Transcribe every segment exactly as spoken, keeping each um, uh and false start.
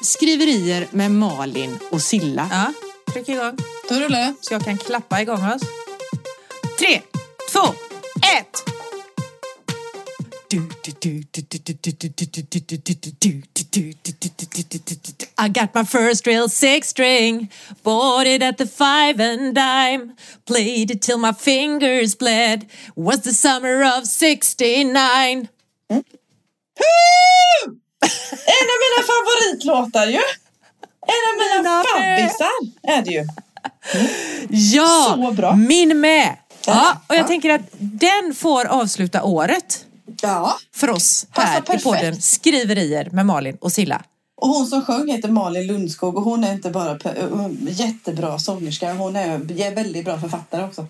Skriverier med Malin och Silla. Ja, tryck igång. Då rullar det. Så jag kan klappa igång oss. Tre, två, ett. I got my first real six string, bought it at the five and dime, played it till my fingers bled, was the summer of sixty-nine. Mm. En av mina favoritlåtar ju. En av mina fabbisar är det ju. Mm. Ja, så bra. Min med. Ja, och jag ja. tänker att den får avsluta året. Ja. För oss här i podden Skriverier med Malin och Silla. Och hon som sjöng heter Malin Lundskog och hon är inte bara jättebra sångerska, hon är väldigt bra författare också.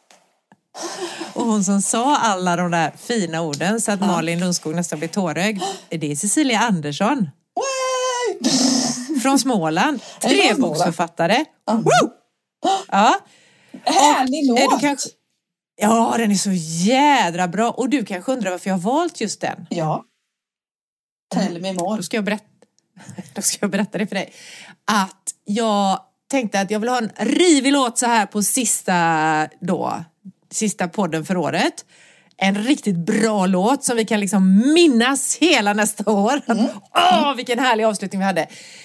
Och hon som sa alla de där fina orden så att ja. Malin Lundskog nästan blir tårögd, det är Cecilia Andersson. Way! Från Småland. Treboksförfattare. Mm. Ja. Härlig låt. Du kanske... Ja, den är så jädra bra. Och du kanske undrar varför jag har valt just den. Ja. Tell me more. Då ska jag berätta, då ska jag berätta det för dig. Att jag tänkte att jag vill ha en rivig låt så här på sista då, sista podden för året. En riktigt bra låt som vi kan liksom minnas hela nästa år. Mm. Åh, vilken härlig avslutning vi hade.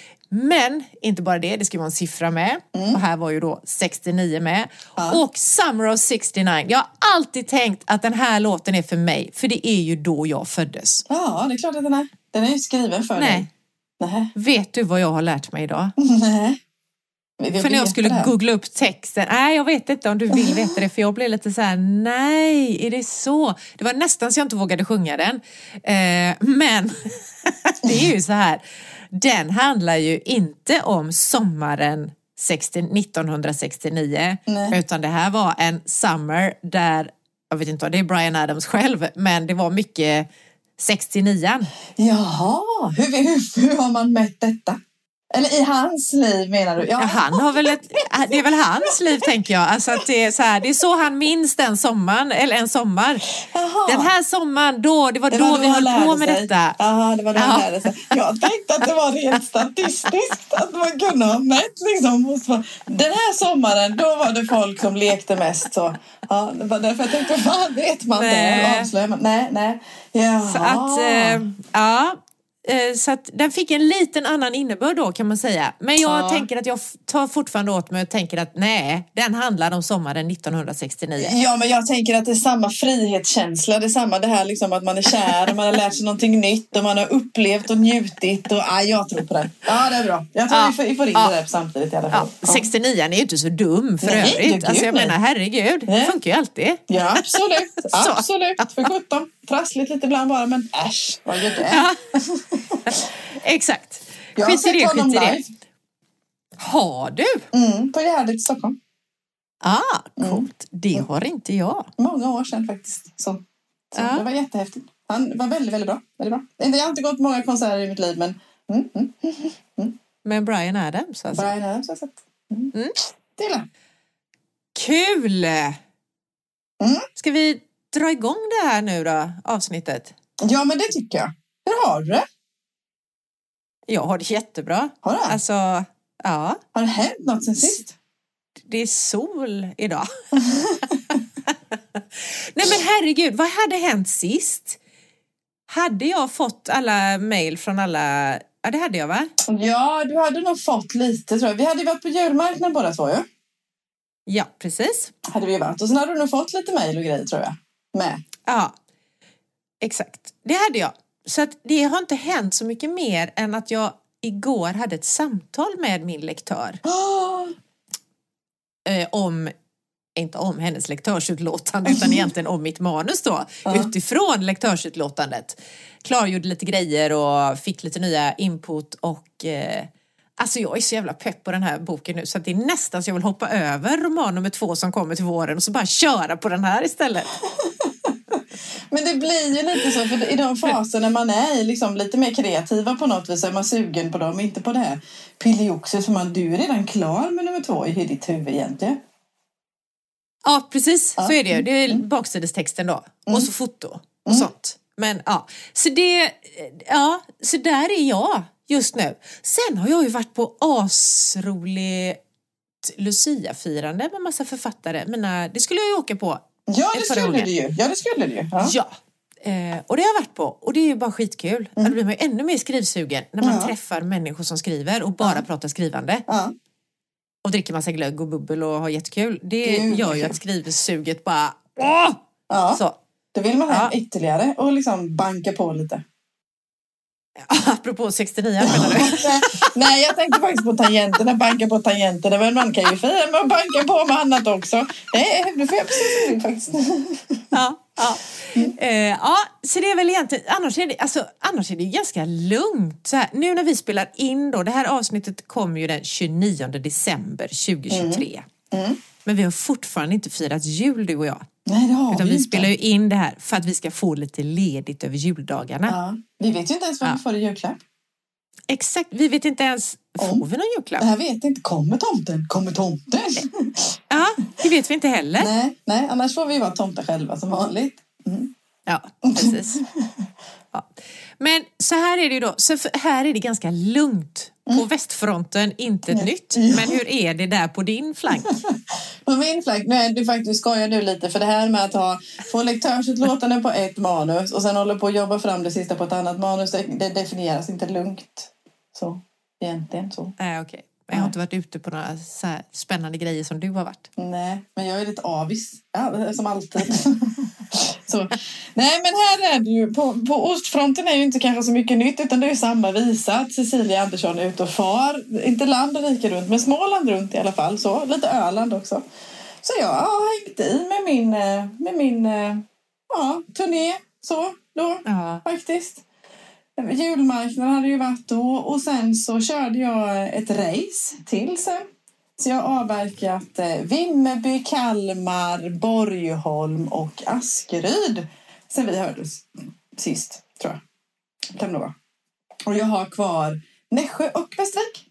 Men inte bara det, det ska vara en siffra med. Mm. Och här var ju då sextionio med. Ja. Och Summer of sextionio. Jag har alltid tänkt att den här låten är för mig. För det är ju då jag föddes. Ja, det är klart att den är. Den är ju skriven för Nej. dig. Nej. Vet du vad jag har lärt mig idag? Nej. Jag för när jag skulle googla upp texten. Nej, jag vet inte om du vill veta det. För jag blev lite så här, nej, är det så? Det var nästan så jag inte vågade sjunga den. Eh, men det är ju så här. Den handlar ju inte om sommaren nittonhundrasextionio. Nej. Utan det här var en summer där, jag vet inte vad det är Bryan Adams själv, men det var mycket sextionio. Jaha, hur, hur, hur har man mätt detta? Eller i hans liv menar du? Ja. Han har väl ett, det är väl hans liv tänker jag. Alltså att det är så här, det är så han minns den sommaren, eller en sommar. Jaha. Den här sommaren, då, det var det då, då vi höll på med sig. Detta. Jaha, det var då han lärde sig. Jag tänkte att det var rent statistiskt att man kunde ha mätt liksom. Den här sommaren, då var det folk som lekte mest så. Ja, det var därför jag tänkte, vad vet man det? Avslöjar man. Nej, nej. Jaha. Så att, eh, ja... Så att den fick en liten annan innebörd då kan man säga. Men jag ja. tänker att jag tar fortfarande åt mig och tänker att nej, den handlar om sommaren nittonhundrasextionio. Ja, men jag tänker att det är samma frihetskänsla. Det är samma det här liksom att man är kär och man har lärt sig någonting nytt och man har upplevt och njutit. Och, ja, jag tror på det. Ja, det är bra. Jag tror ja. vi, får, vi får in ja. det där samtidigt i alla fall. Ja. Ja. sextionio är ju inte så dum för nej, övrigt. Gud, alltså jag nej. menar, herregud, det nej. funkar ju alltid. Ja, absolut. Absolut. För sjutton. Trassligt lite ibland bara, men äsch, vad gör det? Ja. Exakt. Skit i det, skit i det. Har du? Mm, på Gärdet i Stockholm. Ah, coolt. Mm. Det har inte jag. Många år sedan faktiskt. Så, så ja. Det var jättehäftigt. Han var väldigt, väldigt bra. Väldigt bra. Jag har inte gått många konserter i mitt liv, men... Mm, mm, mm. Men Bryan Adams alltså? Bryan Adams har jag sett. Mm. Mm. Det gillar. Kul! Mm. Ska vi dra igång det här nu då, avsnittet? Ja, men det tycker jag. Hur har du det? Jag har det jättebra. Har du? Alltså, ja. Har det hänt något sen sist? Det är sol idag. Nej men herregud, vad hade hänt sist? Hade jag fått alla mejl från alla... Ja, det hade jag va? Ja, du hade nog fått lite tror jag. Vi hade ju varit på julmarknaden båda två ju. Ja, precis. Hade vi varit. Och sen hade du nog fått lite mejl och grejer tror jag. Med. Ja, exakt. Det hade jag. Så att det har inte hänt så mycket mer än att jag igår hade ett samtal med min lektör. Oh. Eh, om, inte om hennes lektörsutlåtande utan egentligen om mitt manus då. Uh. Utifrån lektörsutlåtandet. Klargjorde lite grejer och fick lite nya input och... Eh, alltså jag är så jävla pepp på den här boken nu så att det är nästan så jag vill hoppa över roman nummer två som kommer till våren och så bara köra på den här istället. Men det blir ju lite så, för i de faser när man är liksom lite mer kreativa på något vis så är man sugen på dem, inte på det här pillioxet, för man, du är redan klar med nummer två i ditt huvud egentligen. Ja, precis. Ja. Så är det ju. Det är baksidestexten då. Mm. Och så foto och mm. sånt. Men ja, så det, ja, så där är jag. just nu. Sen har jag ju varit på asroligt Lucia-firande med massa författare. Mina, det skulle jag ju åka på. Ja, det skulle du ju. Ja, det skulle du ju. Ja. Ja. Eh, och det har jag varit på. Och det är ju bara skitkul. Mm. Då blir man ju ännu mer skrivsugen när man ja. träffar människor som skriver och bara ja. pratar skrivande. Ja. Och dricker massa glögg och bubbel och har jättekul. Det Gud, gör ju att skrivsuget bara... Åh! Ja, så. Då vill man ha ja. ytterligare och liksom banka på lite. Apropå sextionio menar du? nej, nej, jag tänkte faktiskt på tangenterna. Banka på tangenterna. Men man kan ju fira med att banka på med annat också. Nej, det får jag precis som faktiskt. ja, ja. Mm. Eh, ja, så det är väl egentligen... Annars är det, alltså, annars är det ganska lugnt. Så här, nu när vi spelar in då... Det här avsnittet kommer ju den tjugonionde december tjugohundratjugotre. Mm. Mm. Men vi har fortfarande inte firat jul, du och jag. Nej, det har Utan vi vi inte. spelar ju in det här för att vi ska få lite ledigt över juldagarna. Ja. Vi vet ju inte ens vad ja. vi får i julklapp. Exakt, vi vet inte ens, får Om. vi någon julklapp? Jag vet inte, kommer tomten? Kommer tomten? Ja, det vet vi inte heller. Nej, nej, annars får vi vara tomtar själva som vanligt. Mm. Ja, precis. Ja. Men så här är det ju då, så här är det ganska lugnt. På mm. västfronten, inte ett ja. nytt. Ja. Men hur är det där på din flank? På min flank, nu är det faktiskt, skojar du lite. För det här med att ha, få lektörsutlåtande på ett manus och sen hålla på att jobba fram det sista på ett annat manus. Det, det definieras inte lugnt. Så, egentligen så. Nej, okej. Okay. Jag har inte varit ute på några så här spännande grejer som du har varit. Nej, men jag är lite avis. Ja, som alltid. så. Nej, men här är det ju... På, på ostfronten är ju inte kanske så mycket nytt, utan det är ju samma visa. Att Cecilia Andersson är ute och far. Inte land och rike runt, men Småland runt i alla fall. Så, lite Öland också. Så jag har hängt i med min, med min ja, turné. Så, då, ja. faktiskt. Julmarknaden hade ju varit då och sen så körde jag ett race till sen. Så jag har avverkat eh, Vimmerby, Kalmar, Borgholm och Askeryd sen vi hördes sist, tror jag. Kan det vara. Och jag har kvar Nässjö och Västervik.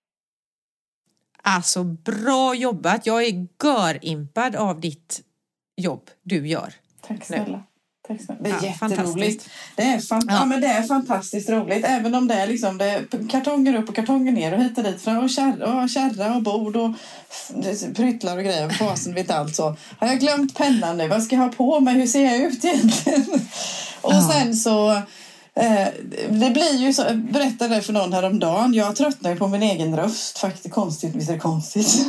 Alltså, bra jobbat. Jag är görimpad av ditt jobb du gör. Tack snälla. Nu. Det är ja, jätteroligt. Det är, fant- ja. Ja, men det är fantastiskt roligt. Även om det är, liksom, det är kartonger upp och kartonger ner och hit och dit. Och kärra och, kärra och bord och pryttlar och grejer. Fasen vet allt så. Har jag glömt pennan nu? Vad ska jag ha på mig? Hur ser jag ut egentligen? och ja. sen så... Eh, det blir ju så... Jag berättade för någon häromdagen. Jag tröttnar ju på min egen röst. Faktiskt konstigt. Visst är det konstigt?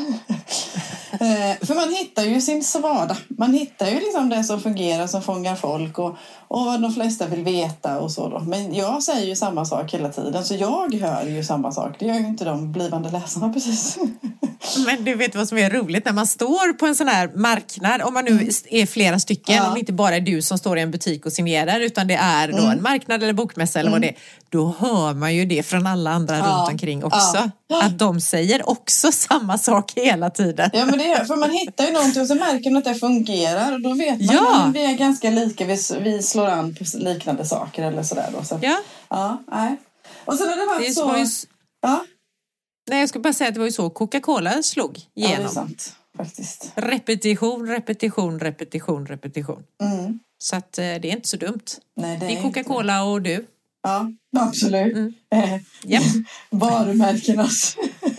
Eh, för man hittar ju sin svada. Man hittar ju liksom det som fungerar, som fångar folk och, och vad de flesta vill veta och så då. Men jag säger ju samma sak hela tiden, så jag hör ju samma sak. Det gör ju inte de blivande läsarna precis. Men du vet vad som är roligt när man står på en sån här marknad, om man nu är flera stycken, ja. om det inte bara är du som står i en butik och signerar, utan det är då mm. en marknad eller bokmässa eller mm. vad det är, då hör man ju det från alla andra ja. runt omkring också. Ja. Att de säger också samma sak hela tiden. Ja, men det är, för man hittar ju någonting och så märker man att det fungerar och då vet man ja. att vi är ganska lika, vi, vi slår an på liknande saker eller sådär då. Så, ja. Ja, nej. Och sen har det varit det så... Ju... Ja. Nej, jag ska bara säga att det var ju så Coca-Cola slog igenom. Ja, det är sant, faktiskt. Repetition, repetition, repetition, repetition. Mm. Så att det är inte så dumt. Nej, det, det är Coca-Cola inte. Och du. Ja, absolut. Mm. Eh, yep. Varumärkenas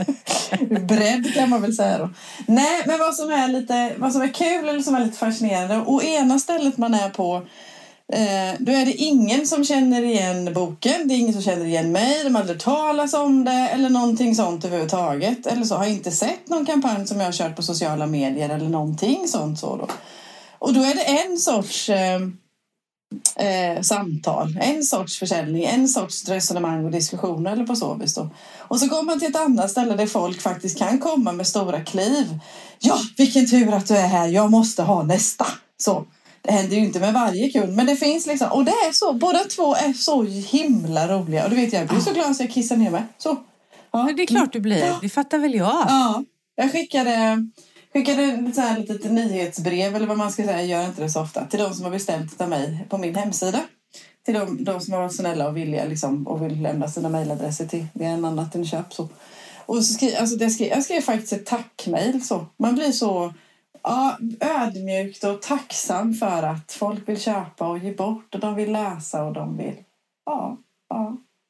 bredd kan man väl säga då. Nej, men vad som är lite, vad som är kul eller som är lite fascinerande. Och ena stället man är på, eh, då är det ingen som känner igen boken. Det är ingen som känner igen mig. De har aldrig talas om det eller någonting sånt överhuvudtaget. Eller så har jag inte sett någon kampanj som jag har kört på sociala medier eller någonting sånt så då. Och då är det en sorts... Eh, Eh, samtal, en sorts försäljning, en sorts resonemang och diskussioner eller på så vis då. Och så går man till ett annat ställe där folk faktiskt kan komma med stora kliv. Ja, vilken tur att du är här, jag måste ha nästa. Så, det händer ju inte med varje kund, men det finns liksom, och det är så, båda två är så himla roliga och du vet jag blir så glad så jag kissar ner mig. Så. Ja. Men det är klart du blir, det fattar väl jag. Ja, jag skickade Skickade ett så här litet nyhetsbrev eller vad man ska säga, gör inte det så ofta, till de som har bestämt av mig på min hemsida. Till de, de som har varit snälla och villiga liksom, och vill lämna sina mejladresser till det är en annat än köp så. Och så skri, alltså det skri, jag skrev faktiskt ett tackmejl så. Man blir så ja, ödmjukt och tacksam för att folk vill köpa och ge bort och de vill läsa och de vill ja, ja.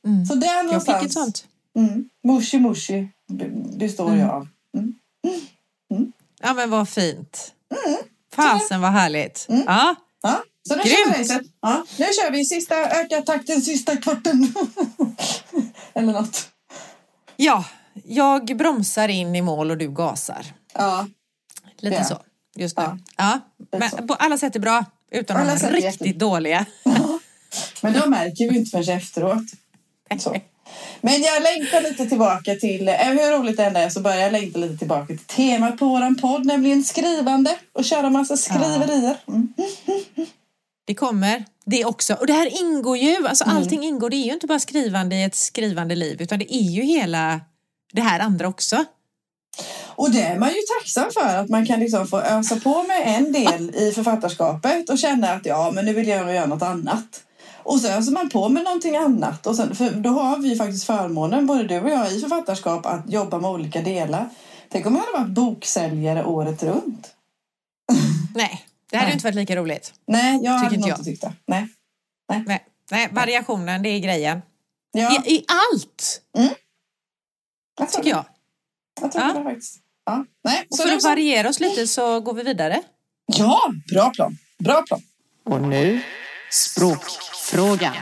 Mm. Så där någonstans. Jag fick ett sånt. Mm. Mushi mushi består mm. jag av. Mm. Mm. Ja, men vad fint. Mm. Fasen vad härligt. Mm. Ja. Ja. Så nu kör vi racet. Ja, nu kör vi sista, öka takten sista kvarten. Eller något. Ja, jag bromsar in i mål och du gasar. Ja. Lite ja. så, just nu. Ja. Ja. Men på alla sätt är bra, utan de är riktigt jätte... dåliga. Ja. Men då märker vi inte förrän efteråt. Så. Men jag längtar lite tillbaka till, hur roligt det än är så börjar jag längta lite tillbaka till temat på våran podd, nämligen skrivande och köra massa skriverier. Mm. Det kommer, det också. Och det här ingår ju, alltså mm. allting ingår, det är ju inte bara skrivande i ett skrivande liv, utan det är ju hela det här andra också. Och det är man ju tacksam för, att man kan liksom få ösa på med en del i författarskapet och känna att ja, men nu vill jag göra något annat. Och så öser man på med någonting annat. Och sen, för då har vi faktiskt förmånen, både du och jag i författarskap, att jobba med olika delar. Tänk om jag hade varit boksäljare året runt. Nej, det hade Nej. inte varit lika roligt. Nej, jag hade inte nog inte tyckt det. Nej. Nej. Nej. Nej, variationen, det är grejen. Ja. I, I allt. Mm. Jag tycker jag. Jag tror ja. det faktiskt. Ja. Nej, och för att så... variera oss lite så går vi vidare. Ja, bra plan. Bra plan. Och nu språkfrågan.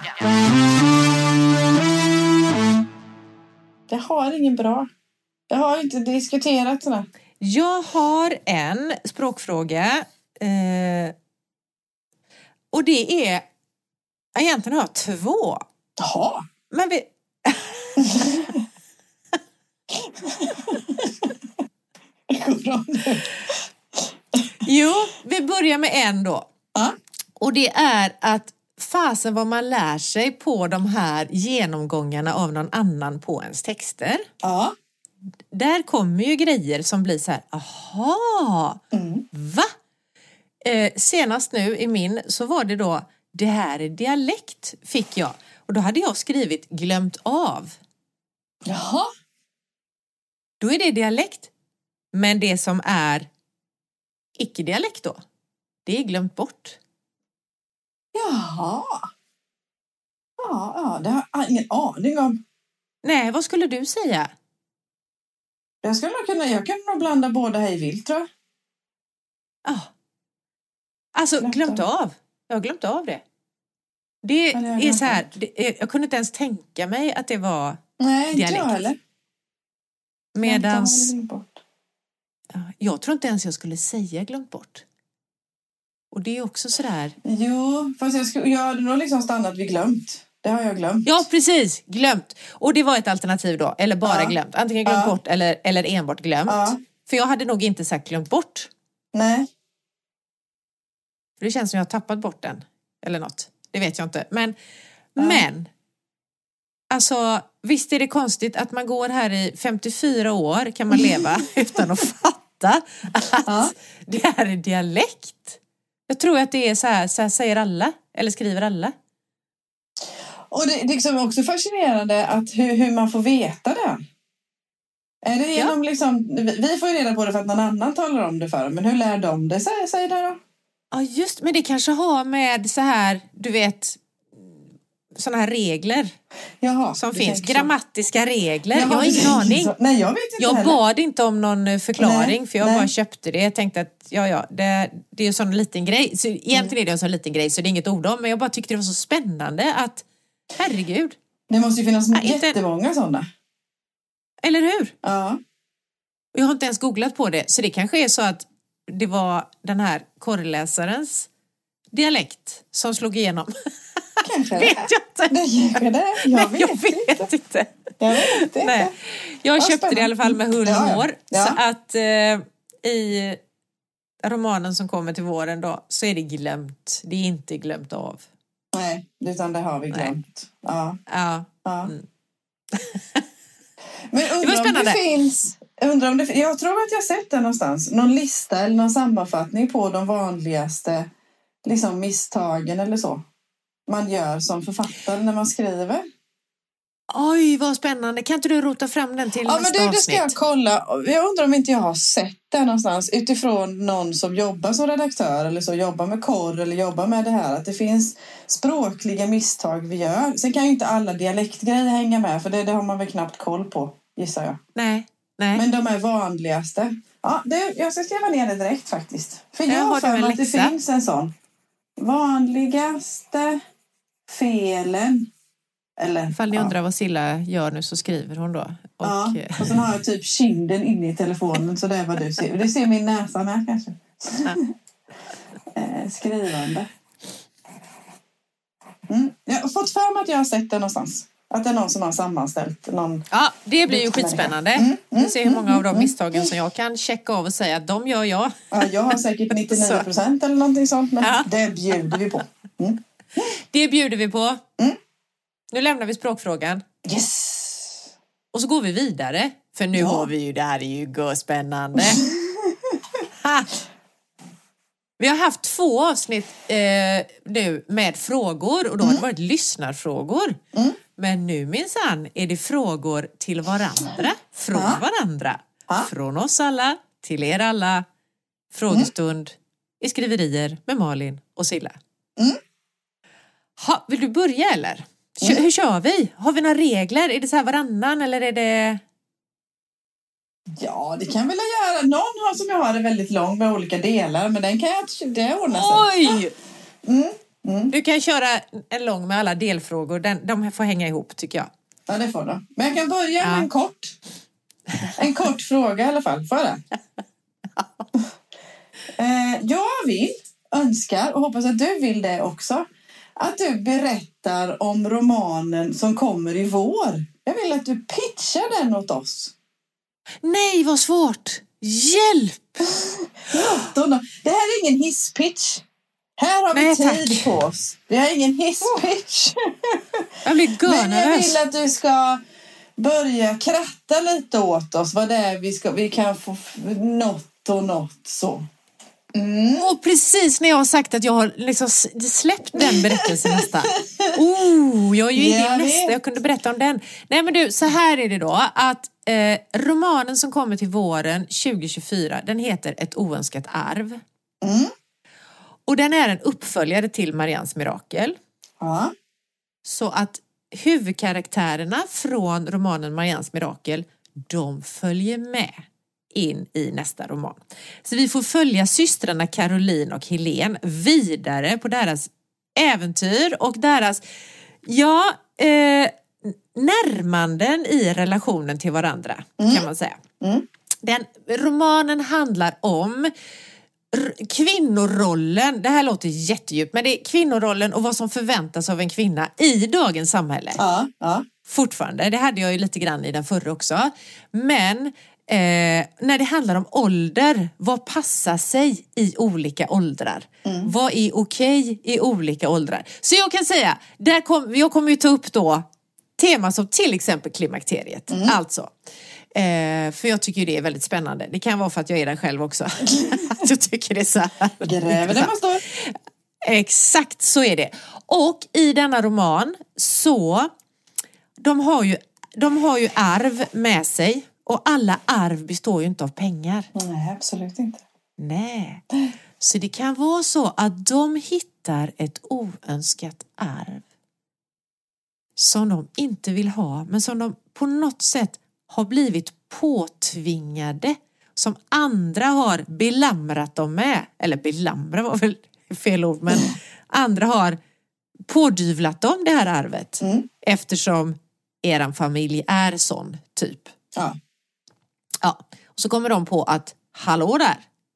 Jag har ingen bra. Jag har inte diskuterat sådana. Jag har en språkfråga. Eh, och det är... Egentligen har jag två. Jaha. Men vi... Det går bra nu. Jo, vi börjar med en då. Ja. Och det är att fasen vad man lär sig på de här genomgångarna av någon annan på ens texter. Ja. Där kommer ju grejer som blir så här, aha, mm. va? Eh, senast nu i min så var det då, det här är dialekt fick jag. Och då hade jag skrivit glömt av. Jaha. Då är det dialekt. Men det som är icke-dialekt då, det är glömt bort. Jaha. Ja, ja, det har jag ingen aning om. Nej, vad skulle du säga? Jag skulle nog kunna, jag kan nog blanda båda hej vilt, tror jag. Ja. Alltså, glömt, glömt av. av. Jag har glömt av det. Det är så här, det, jag kunde inte ens tänka mig att det var Nej, dialekt. inte jag heller. Medans... Ja, jag tror inte ens jag skulle säga glömt bort. Och det är också sådär... Jo, fast jag, skulle, jag hade nog liksom stannat vid glömt. Det har jag glömt. Ja, precis. Glömt. Och det var ett alternativ då. Eller bara ja. glömt. Antingen glömt ja. bort eller, eller enbart glömt. Ja. För jag hade nog inte sagt glömt bort. Nej. För det känns som jag har tappat bort den. Eller något. Det vet jag inte. Men, ja. men... Alltså, visst är det konstigt att man går här i femtiofyra år kan man leva utan att fatta att ja. det här är dialekt. Jag tror att det är så här, så här säger alla. Eller skriver alla. Och det, det är liksom också fascinerande att hur, hur man får veta det. Är det genom ja. liksom, vi får ju reda på det för att någon annan talar om det för dem. Men hur lär de det sig, sig det då? Ja just, men det kanske har med så här, du vet, såna här regler. Jaha, som finns. Grammatiska regler. Jaha, jag har ingen aning. Så. Nej, jag vet inte Jag heller. bad inte om någon förklaring nej, för jag nej. bara köpte det. Jag tänkte att ja, ja, det, det är en sån liten grej. Så egentligen mm. är det en sån liten grej så det är inget ord om. Men jag bara tyckte det var så spännande att, herregud. Det måste ju finnas ja, jättemånga inte... sådana. Eller hur? Ja. Och jag har inte ens googlat på det. Så det kanske är så att det var den här korrläsarens dialekt som slog igenom. Kanske vet jag inte. Det, det. Jag, Nej, vet jag vet inte. inte. Jag vet inte. Nej. Jag ja, köpte spännande. det i alla fall med hull och ja, ja. hår. Ja. Så att eh, i romanen som kommer till våren då så är det glömt. Det är inte glömt av. Nej, utan det har vi glömt. Ja. Ja. ja. Mm. Men undrar om det finns... Undrar om det, jag tror att jag har sett det någonstans. Någon lista eller någon sammanfattning på de vanligaste liksom, misstagen eller så. Man gör som författare när man skriver. Oj, vad spännande. Kan inte du rota fram den till Ja, nästa men du, det ska jag avsnitt? kolla. Jag undrar om inte jag har sett det någonstans utifrån någon som jobbar som redaktör eller så jobbar med korr eller jobbar med det här. Att det finns språkliga misstag vi gör. Sen kan ju inte alla dialektgrejer hänga med för det, det har man väl knappt koll på, gissar jag. Nej, nej. Men de är vanligaste. Ja, det, jag ska skriva ner det direkt faktiskt. För jag, Jag har har för det mig med att det läxa. finns en sån. Vanligaste felen. Eller, Ifall ni ja. undrar vad Silla gör nu så skriver hon då. Och, Ja, och sen har jag typ kinden inne i telefonen så det är vad du ser. Det ser min näsa med kanske. Ja. eh, skrivande. Mm. Jag har fått för mig att jag har sett det någonstans. Att det är någon som har sammanställt någon... Ja, det blir ju skitspännande. Mm, mm, Du ser hur många av de misstagen som jag kan checka av och säga att de gör jag. Ja, jag har säkert nittionio procent eller någonting sånt, men Ja. det bjuder vi på. Mm. Det bjuder vi på. Mm. Nu lämnar vi språkfrågan. Yes! Och så går vi vidare. För nu Ja. har vi ju, det här är ju spännande. Ha! Vi har haft två avsnitt eh, nu med frågor och då har det varit lyssnarfrågor. Mm. Men nu minsann är det frågor till varandra, från Ja. varandra. Ja. Från oss alla till er alla. Frågestund i skriverier med Malin och Silla. Mm. Ha, vill du börja eller? Kö- Mm. Hur kör vi? Har vi några regler? Är det så här varannan eller är det... Ja, det kan väl jag göra. Någon har som jag har det väldigt lång med olika delar, men den kan jag det ordna sig. Oj! Mm. Mm. Du kan köra en lång med alla delfrågor. Den, de får hänga ihop tycker jag. Ja, det får de. Men jag kan börja med Ja. en kort. En kort fråga i alla fall. Får jag det? eh, jag vill, önskar och hoppas att du vill det också. Att du berättar om romanen som kommer i vår. Jag vill att du pitchar den åt oss. Nej, vad svårt! Hjälp! Det här är ingen hisspitch. Här har vi Nej, tid tack. på oss. Vi har ingen hisspitch. Jag blir Men jag görnervös. vill att du ska börja kratta lite åt oss. Vad det är vi, ska, vi kan få något och något så. Mm. Och precis när jag har sagt att jag har liksom släppt den berättelsen nästan. Oh, jag är ju inne i Jag nästa. vet. Jag kunde berätta om den. Nej men du, så här är det då. Att eh, romanen som kommer till våren tjugo tjugofyra, den heter Ett oönskat arv. Mm. Och den är en uppföljare till Marians mirakel. Ja. Så att huvudkaraktärerna från romanen Marians mirakel, de följer med in i nästa roman. Så vi får följa systrarna Caroline och Helene vidare på deras äventyr och deras, ja, eh, närmanden i relationen till varandra, mm. kan man säga. Mm. Den romanen handlar om r- kvinnorollen, det här låter jättedjupt, men det är kvinnorollen och vad som förväntas av en kvinna i dagens samhälle. Ja. Ja. Fortfarande, det hade jag ju lite grann i den förra också. Men eh, när det handlar om ålder, vad passar sig i olika åldrar? Mm. Vad är okej i olika åldrar? Så jag kan säga, där kom, jag kommer ju ta upp då teman som till exempel klimakteriet. Mm. Alltså. Eh, för jag tycker ju det är väldigt spännande. Det kan vara för att jag är där själv också. Att jag tycker det är så här. Gräver där man står. Exakt, så är det. Och i denna roman så de har ju, de har ju arv med sig. Och alla arv består ju inte av pengar. Nej, absolut inte. Nej. Så det kan vara så att de hittar ett oönskat arv. Som de inte vill ha. Men som de på något sätt har blivit påtvingade. Som andra har belamrat dem med. Eller belamra var väl fel ord. Men andra har pådyvlat dem det här arvet. Mm. Eftersom eran familj är sån typ. Ja. Ja. Och så kommer de på att hallå där.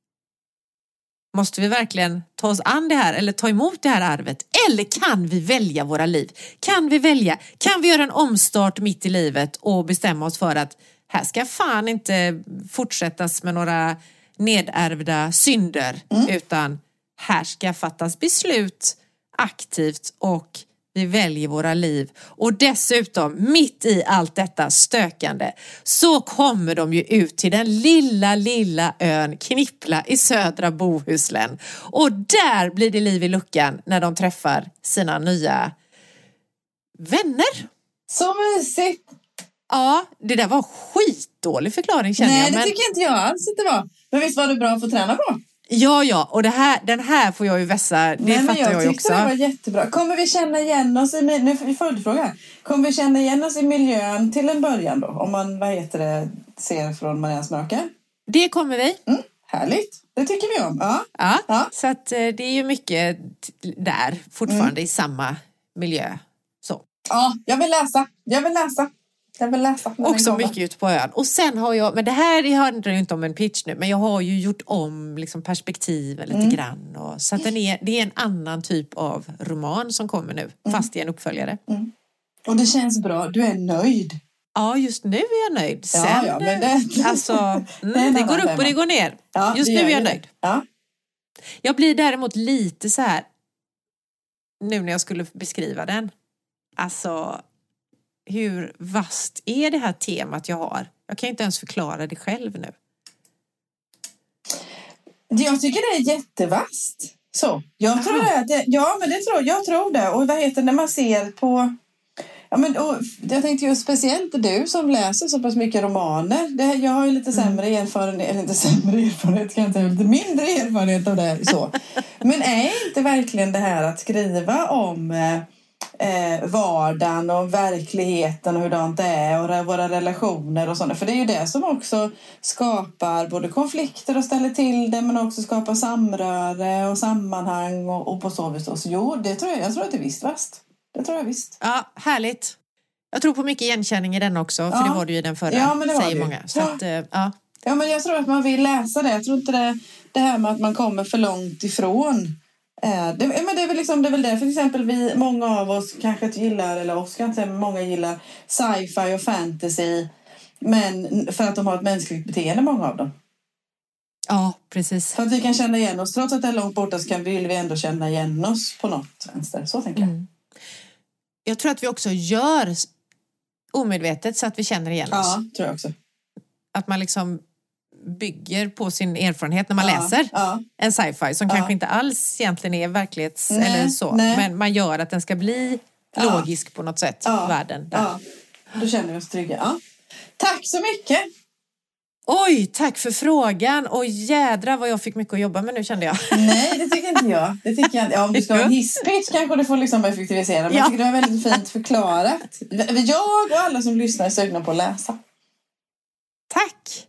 Måste vi verkligen ta oss an det här eller ta emot det här arvet? Eller kan vi välja våra liv? Kan vi välja? Kan vi göra en omstart mitt i livet och bestämma oss för att här ska fan inte fortsättas med några nedärvda synder. Mm. Utan här ska fattas beslut aktivt och vi väljer våra liv. Och dessutom, mitt i allt detta stökande, så kommer de ju ut till den lilla, lilla ön Knippla i södra Bohuslän. Och där blir det liv i luckan när de träffar sina nya vänner. Så mysigt. Ja, det där var skitdålig förklaring känner Nej, jag. det Men... tycker inte jag alls att det var. Men visst var det bra att få träna på? Ja, ja. Och det här, den här får jag ju vässa. Det Nej, fattar men jag, jag ju tyckte också. det var jättebra. Kommer vi känna igen oss i... Nu får vi följdfråga. Kommer vi känna igen oss i miljön till en början då? Om man, vad heter det, ser från Marians mörker? Det kommer vi. Mm, härligt. Det tycker vi om. Ja. Ja, Ja. så att eh, det är ju mycket t- där fortfarande mm. i samma miljö. Så. Ja, jag vill läsa. Jag vill läsa. Jag vill läsa. Också mycket ute på ön. Och sen har jag, men det här handlar ju inte om en pitch nu, men jag har ju gjort om liksom perspektiven lite mm. grann. Och, så att den är, det är en annan typ av roman som kommer nu, mm. fast i en uppföljare. Mm. Och det känns bra. Du är nöjd. Ja, just nu är jag nöjd. Sen, ja, ja, men det... alltså, mm, det, det går upp och det går ner. Ja, just nu är jag nöjd. Ja. Jag blir däremot lite så här, nu när jag skulle beskriva den. Alltså, hur vast är det här temat jag har? Jag kan inte ens förklara det själv nu. Jag tycker det är jättevast. Så, jag tror det, det. Ja, men det tror jag tror det. Och vad heter det när man ser på... Ja, men, och jag tänkte ju speciellt du som läser så pass mycket romaner. Det, jag har ju lite sämre erfarenhet, eller inte sämre erfarenhet, kan jag säga, lite mindre erfarenhet av det. Så. Men är inte verkligen det här att skriva om eh, vardagen och verkligheten och hur det är och våra relationer och sånt. För det är ju det som också skapar både konflikter och ställer till det, men också skapar samröre och sammanhang och, och på så vis. Så jo, det tror jag, jag tror att det är visst vast. Det tror jag visst. Ja, härligt. Jag tror på mycket igenkänning i den också. För ja. det var det ju i den förra, ja, men det var säger det. många. Så ja. Att, ja. ja, men jag tror att man vill läsa det. Jag tror inte det, det här med att man kommer för långt ifrån. Eh, det, men det är väl liksom, det är väl det. För till exempel vi, många av oss kanske inte gillar, eller oss kan inte säga, men många gillar sci-fi och fantasy. Men för att de har ett mänskligt beteende, många av dem. Ja, precis. För att vi kan känna igen oss. Trots att det är långt borta så kan, vill vi ändå känna igen oss på något vänster. Så tänker jag. Mm. Jag tror att vi också gör omedvetet så att vi känner igen oss. Ja, tror jag också. Att man liksom bygger på sin erfarenhet när man ja, läser ja. en sci-fi som ja. kanske inte alls egentligen är verklighets nej, eller så. Nej. Men man gör att den ska bli ja. logisk på något sätt. Ja. Världen. Där. Ja, då känner vi oss trygga. Ja. Tack så mycket! Oj, tack för frågan. Och jädra vad jag fick mycket att jobba med nu, kände jag. Nej, det tycker inte jag. Det tycker jag inte. Ja, om du ska ha en hisspitch kanske du får liksom effektivisera. Men ja. jag tycker det var väldigt fint förklarat. Jag och alla som lyssnar är sugna på att läsa. Tack!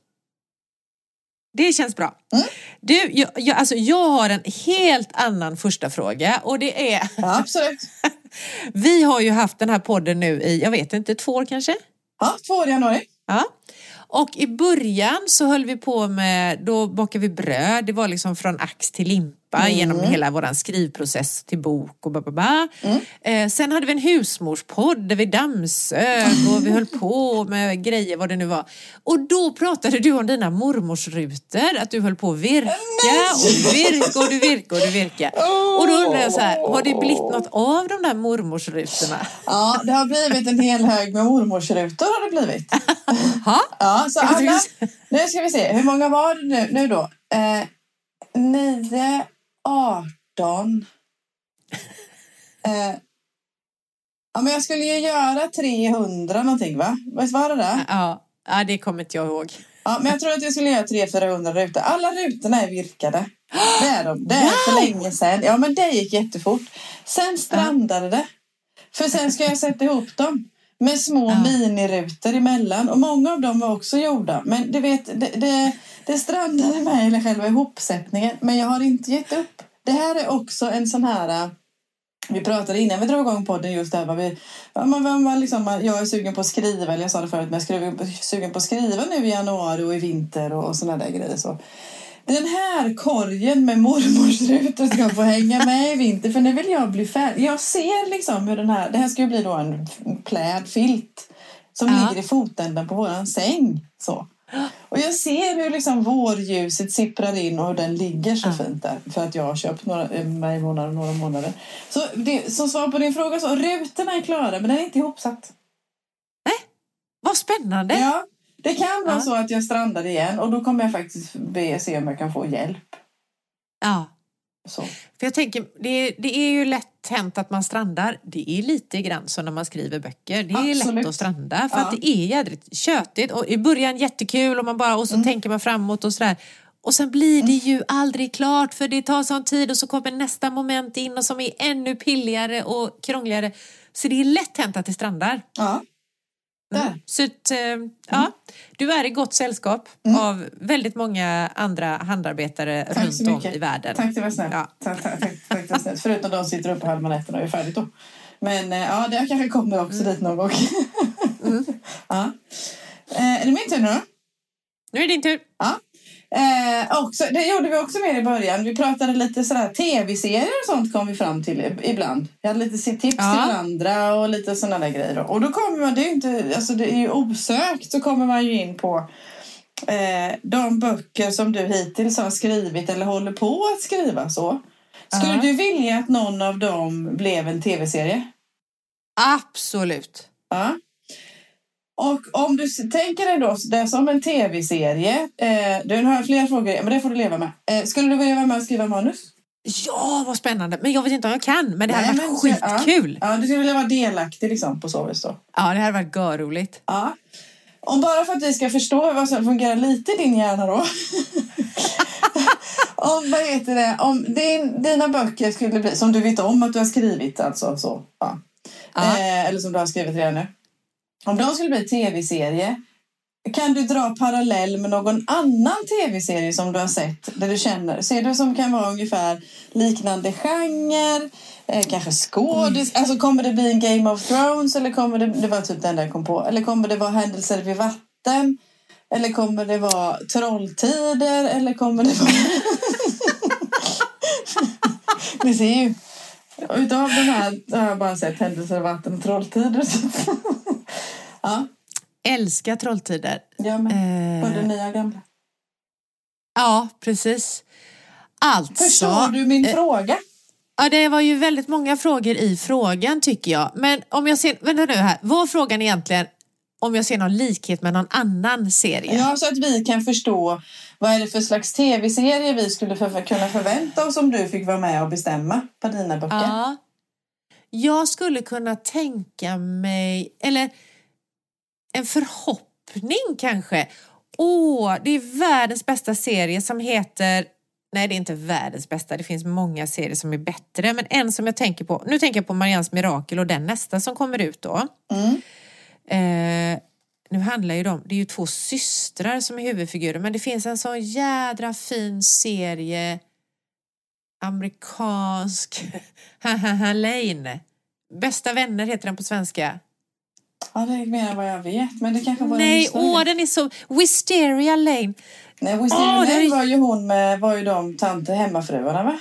Det känns bra. Mm. Du, jag, jag, alltså jag har en helt annan första fråga. Och det är... Ja, absolut. Vi har ju haft den här podden nu i, jag vet inte, två år kanske? Ja, två år i januari. Ja. Och i början så höll vi på med, då bakade vi bröd. Det var liksom från ax till limpa mm. genom hela våran skrivprocess till bok och bababa. Mm. Eh, sen hade vi en husmorspodd där vi dammsög och vi höll på med grejer, vad det nu var. Och då pratade du om dina mormorsrutor, att du höll på att virka och virka och du virka och du virka. Oh. Och då undrar jag så här, har det blivit något av de där mormorsrutorna? Ja, det har blivit en hel hög med mormorsrutor har det blivit. Ha? Ja, så alla, nu ska vi se, hur många var det nu, nu då? Eh, nio, arton. Eh, ja, men jag skulle ju göra trehundra någonting, va? Vad var det där? Ja, ja, det kommer inte jag ihåg. Ja, men jag tror att jag skulle göra tre fyrahundra rutor. Alla rutorna är virkade. Det är de. Det är wow. för länge sedan. Ja, men det gick jättefort. Sen strandade det. För sen ska jag sätta ihop dem. Med små ja. minirutor emellan. Och många av dem var också gjorda. Men du vet, det, det, det strandade med i själva ihopsättningen. Men jag har inte gett upp. Det här är också en sån här... Vi pratade innan vi drog igång podden just där. Vad vi, man, man, man, liksom, jag är sugen på att skriva. Eller jag sa det förut. Men jag är sugen på att skriva nu i januari och i vinter. Och, och såna där grejer. Så. Den här korgen med mormorsrutor ska få hänga med i vinter. För nu vill jag bli färdig. Jag ser liksom hur den här... Det här ska ju bli då en plädfilt. Som ja. ligger i fotänden på våran säng. Så. Och jag ser hur liksom vårljuset sipprar in. Och hur den ligger så ja. fint där. För att jag har köpt några, maj månader några månader. Så det, som svar på din fråga så... Rutorna är klara men den är inte ihopsatt. Nej, vad spännande. Ja. Det kan vara ja. så att jag strandar igen. Och då kommer jag faktiskt be se om jag kan få hjälp. Ja. Så. För jag tänker, det, det är ju lätt hänt att man strandar. Det är lite grann så när man skriver böcker. Det är Absolut. lätt att stranda för Ja. att det är jädrigt tjötigt. Och i början jättekul och, man bara, och så mm. tänker man framåt och sådär. Och sen blir det ju aldrig klart för det tar sån tid och så kommer nästa moment in och som är ännu pilligare och krångligare. Så det är lätt hänt att det strandar. Ja. Mm. Så att, äh, mm. ja, du är i gott sällskap mm. av väldigt många andra handarbetare tack runt om i världen. Tack, det var snällt. Ja. Tack, tack, tack, tack, det var snällt. Förutom de sitter uppe halva nätterna och är färdigt då. Men äh, ja, det kanske kommer också mm. dit någon gång. mm. ja. äh, är det min tur nu då? Nu är det din tur. Ja. Eh, också, det gjorde vi också med i början. Vi pratade lite sådär tv-serier och sånt kom vi fram till ibland. Jag hade lite tips ja. till varandra och lite sådana där grejer. Och då kommer man, det är ju inte, alltså det är ju osökt så kommer man ju in på eh, de böcker som du hittills har skrivit eller håller på att skriva så. Skulle ja. du vilja att någon av dem blev en tv-serie? Absolut. Ja. Och om du tänker dig då det som en tv-serie, eh, du har flera frågor, men det får du leva med. Eh, skulle du vilja vara med och skriva manus? Ja, vad spännande. Men jag vet inte om jag kan, men det här hade varit skitkul. Ja, ja, du skulle vilja vara delaktig liksom på så vis då. Ja, det hade varit görroligt. Ja. Om bara för att vi ska förstå vad som fungerar lite i din hjärna då. om, vad heter det? Om din, dina böcker skulle bli, som du vet om att du har skrivit alltså så. Ja. Ja. Eh, eller som du har skrivit redan nu. Om de skulle bli tv-serie, kan du dra parallell med någon annan tv-serie som du har sett där du känner? Ser du som kan vara ungefär liknande genre, eh, kanske skådis, mm. alltså kommer det bli en Game of Thrones eller kommer det, det var typ den där jag kom på, eller kommer det vara händelser vid vatten, eller kommer det vara trolltider, eller kommer det vara... Ni ser ju, utav de här har jag bara sett händelser vid vatten och trolltider. Ja. Älskar trolltider. Ja, men både eh... nya och gamla. Ja, precis. Alltså, förstår du min eh... fråga? Ja, det var ju väldigt många frågor i frågan tycker jag. Men om jag ser, vänta nu här, var frågan egentligen om jag ser någon likhet med någon annan serie? Ja, så att vi kan förstå vad är det för slags tv-serie vi skulle för, kunna förvänta oss om du fick vara med och bestämma på dina böcker. Ja. Jag skulle kunna tänka mig, eller en förhoppning kanske. Åh, det är världens bästa serie som heter... Nej, det är inte världens bästa. Det finns många serier som är bättre. Men en som jag tänker på... Nu tänker jag på Marians Mirakel och den nästa som kommer ut då. Mm. Eh, nu handlar ju de... Det är ju två systrar som är huvudfigurer. Men det finns en så jädra fin serie... Amerikansk... Haha, Lane. Bästa vänner heter den på svenska. Ja, det är mer än vad jag vet. Men det kanske var Nej, åh, den är så... Wisteria Lane. Nej, Wisteria Lane är... var ju hon med... Var ju de tante hemmafruarna, va?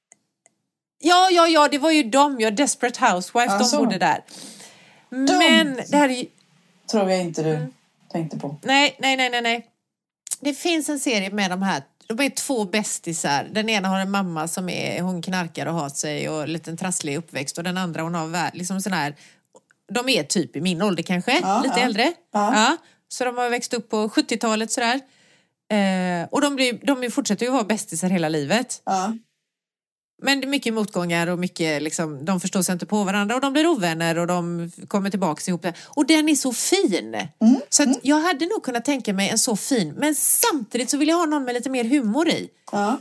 Ja, ja, ja. Det var ju de. Ja, Desperate Housewife. Alltså, de bodde där. Men de... det här är ju... Tror jag inte du mm. tänkte på. Nej, nej, nej, nej, nej. Det finns en serie med de här... De är två bästisar. Den ena har en mamma som är... Hon knarkar och har sig och lite en trasslig uppväxt. Och den andra hon har liksom sån här... De är typ i min ålder kanske, ja, lite ja. äldre. Ja. Ja, så de har växt upp på sjuttiotalet sådär. Eh, och de, blir, de fortsätter ju vara bästisar hela livet. Ja. Men det är mycket motgångar och mycket, liksom, de förstår sig inte på varandra. Och de blir ovänner och de kommer tillbaka ihop. Och den är så fin. Mm. Så att jag hade nog kunnat tänka mig en så fin. Men samtidigt så vill jag ha någon med lite mer humor i. Ja.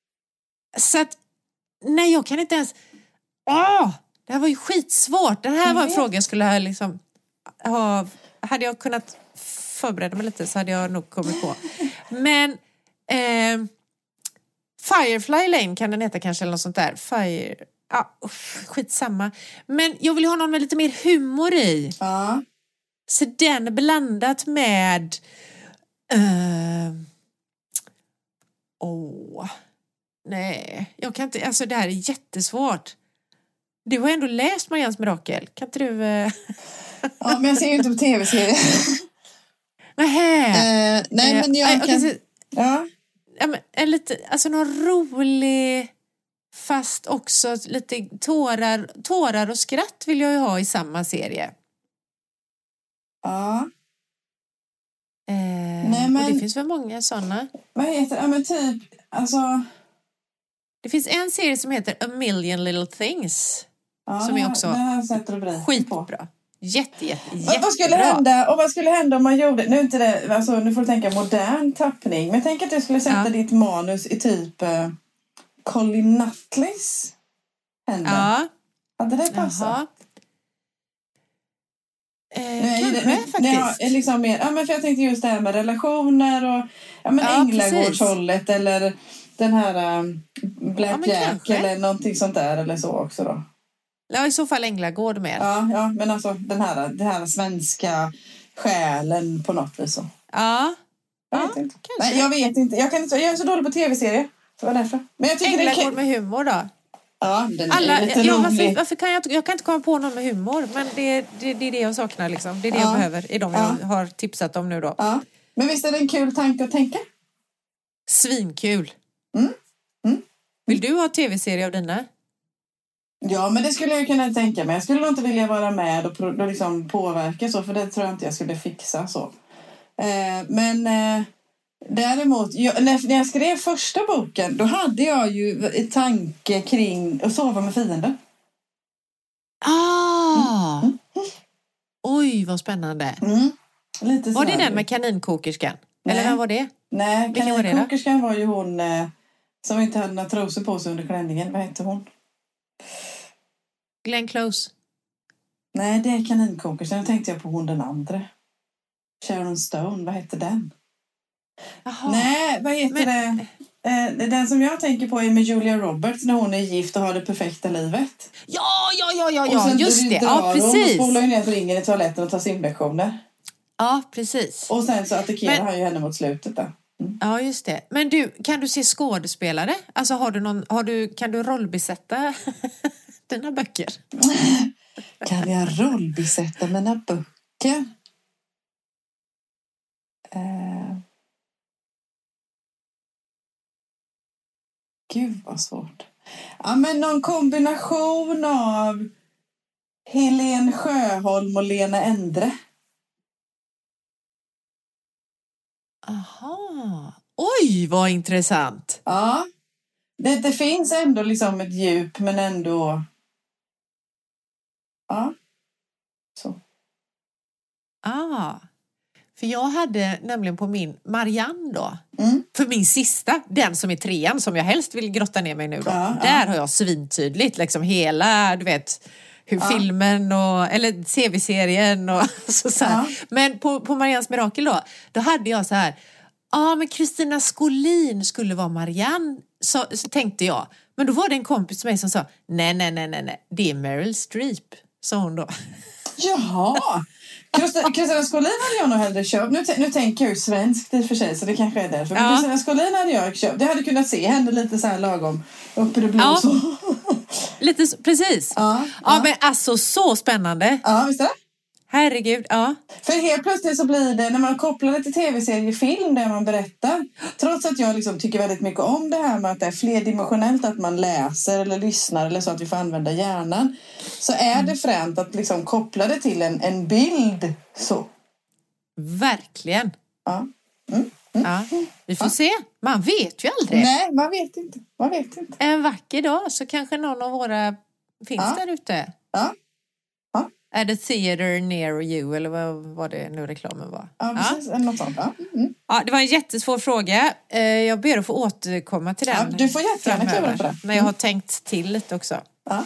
Så att, nej jag kan inte ens... Åh! Det här var ju skitsvårt. Den här jag var en vet. fråga jag skulle ha liksom ha, hade jag kunnat förbereda mig lite så hade jag nog kommit på. Men eh, Firefly Lane kan den heta kanske eller något sånt där. Fire, ja, uff, skitsamma. Men jag vill ha någon med lite mer humor i. Ja. Så den är blandat med eh, åh, nej, jag kan inte, alltså det här är jättesvårt. Du har ändå läst Marians Mirakel. Kan inte du... Uh... ja, men jag ser ju inte på tv-serier. Nähä. Uh, nej, men jag uh, kan... Okay, så... ja. Ja, men en lite... Alltså någon rolig... Fast också lite tårar, tårar och skratt vill jag ju ha i samma serie. Ja. Uh, nej, men... Och det finns väl många sådana. Vad heter det? Ja, men typ... Alltså... Det finns en serie som heter A Million Little Things. Ja, som det, är också det har jag sett rubriken skitbra. på. Jätte, jätte, Vad, jättebra. vad skulle hända, och vad skulle hända om man gjorde, nu är inte det, alltså nu får du tänka modern tappning, men tänk att du skulle sätta Ja. ditt manus i typ uh, Colin Nutleys händer. Ja. Hade det passat? Jaha. Eh, Nej, kanske det, det, faktiskt. Det har, liksom mer, ja, men för jag tänkte just det här med relationer och ja, men Ja, Änglagårdshållet eller den här um, Black Ja, men Jack kanske. eller någonting sånt där eller så också då. Ja, i så fall Änglagård mer. Ja, ja, men alltså den här, den här svenska själen på något vis så. Ja. Jag Ja, vet inte. kanske. Nej, jag vet inte. Jag, kan inte. jag är så dålig på tv-serier. Så var därför. Men jag tycker det är Änglagård kul. med humor då? Ja, den Alla, är lite ja, rolig. varför, varför kan jag, inte- jag kan inte komma på någon med humor, men det, det, det är det jag saknar liksom. Det är det Ja. jag behöver i de Ja. jag har tipsat om nu då. Ja. Men visst är det en kul tanke att tänka? Svinkul. Mm. Mm. Vill du ha tv-serie av dina? Ja, men det skulle jag kunna tänka mig. Jag skulle nog inte vilja vara med och, pro- och liksom påverka så, för det tror jag inte jag skulle fixa så. Eh, men eh, däremot, jag, när, när jag skrev första boken, då hade jag ju en tanke kring att sova med fiender. Ah! Oj, vad spännande. Mm. Lite Var det sådär. den med kaninkokerskan? Nej. Eller vad var det? Nej, Vilken var det då? kaninkokerskan var ju hon eh, som inte hade några trosor på sig under klänningen. Vad hette hon? Glenn Close. Nej, det är kaninkokerskan. Nu tänkte jag på hon den andra. Sharon Stone, vad hette den? Jaha. Nej, vad heter Men- det? Eh, den som jag tänker på är med Julia Roberts när hon är gift och har det perfekta livet. Ja, ja, ja, ja, och ja, sen just det. drar Ja, hon och precis. spolar ju ner för ringen i toaletten och tar simlektioner. Ja, precis. Och sen så attackerar Men- han ju henne mot slutet där. Ja, just det. Men du, kan du se skådespelare? Alltså, har du någon, har du, kan du rollbesätta dina böcker? Kan jag rollbesätta mina böcker? Eh... Gud vad svårt. Ja, men någon kombination av Helen Sjöholm och Lena Endre. Aha. Oj, vad intressant. Ja. Det, det finns ändå liksom ett djup, men ändå... Ja. Så. Ah. För jag hade nämligen på min Marianne då. Mm. För min sista, den som är trean som jag helst vill grotta ner mig nu då. Ja, där ja. har jag svintydligt liksom hela, du vet, hur Ja. filmen och, eller tv-serien och så, så här. Ja. Men på, på Mariannes mirakel då, då hade jag så här, ja ah, men Kristina Skolin skulle vara Marianne, så, så tänkte jag. Men då var det en kompis med mig som sa, nej, nej, nej, nej, nej, det är Meryl Streep, sa hon då. Jaha! Kristina Kristina Skolin hade jag nog hellre köpt. Nu, nu tänker jag ju svenskt i och för sig, så det kanske är därför. Men Ja. Kristina Skolin hade jag köpt. Det hade kunnat se henne lite så här lagom upp i det blå. Ja. Så. Lite så, precis. Ja, Ja, ja. men alltså så spännande. Ja, visst är det? Herregud, ja. För helt plötsligt så blir det, när man kopplar det till tv-serie, film där man berättar, trots att jag liksom tycker väldigt mycket om det här med att det är flerdimensionellt, att man läser eller lyssnar eller så att vi får använda hjärnan, så är det fränt att liksom koppla det till en, en bild så. Verkligen. Ja. Ja. Vi får se. Man vet ju aldrig. Nej, man vet inte. Man vet inte. En vacker dag så kanske någon av våra finns Ja. där ute. Ja. Ja. Är det theater near you eller vad var det nu reklamen var? Ja, precis. Eller något sånt. Ja. Mm. Ja, det var en jättesvår fråga. Eh, Jag ber att få återkomma till den. Ja, du får jättegärna framöver. klura på det. Men jag har tänkt till lite också. Ja.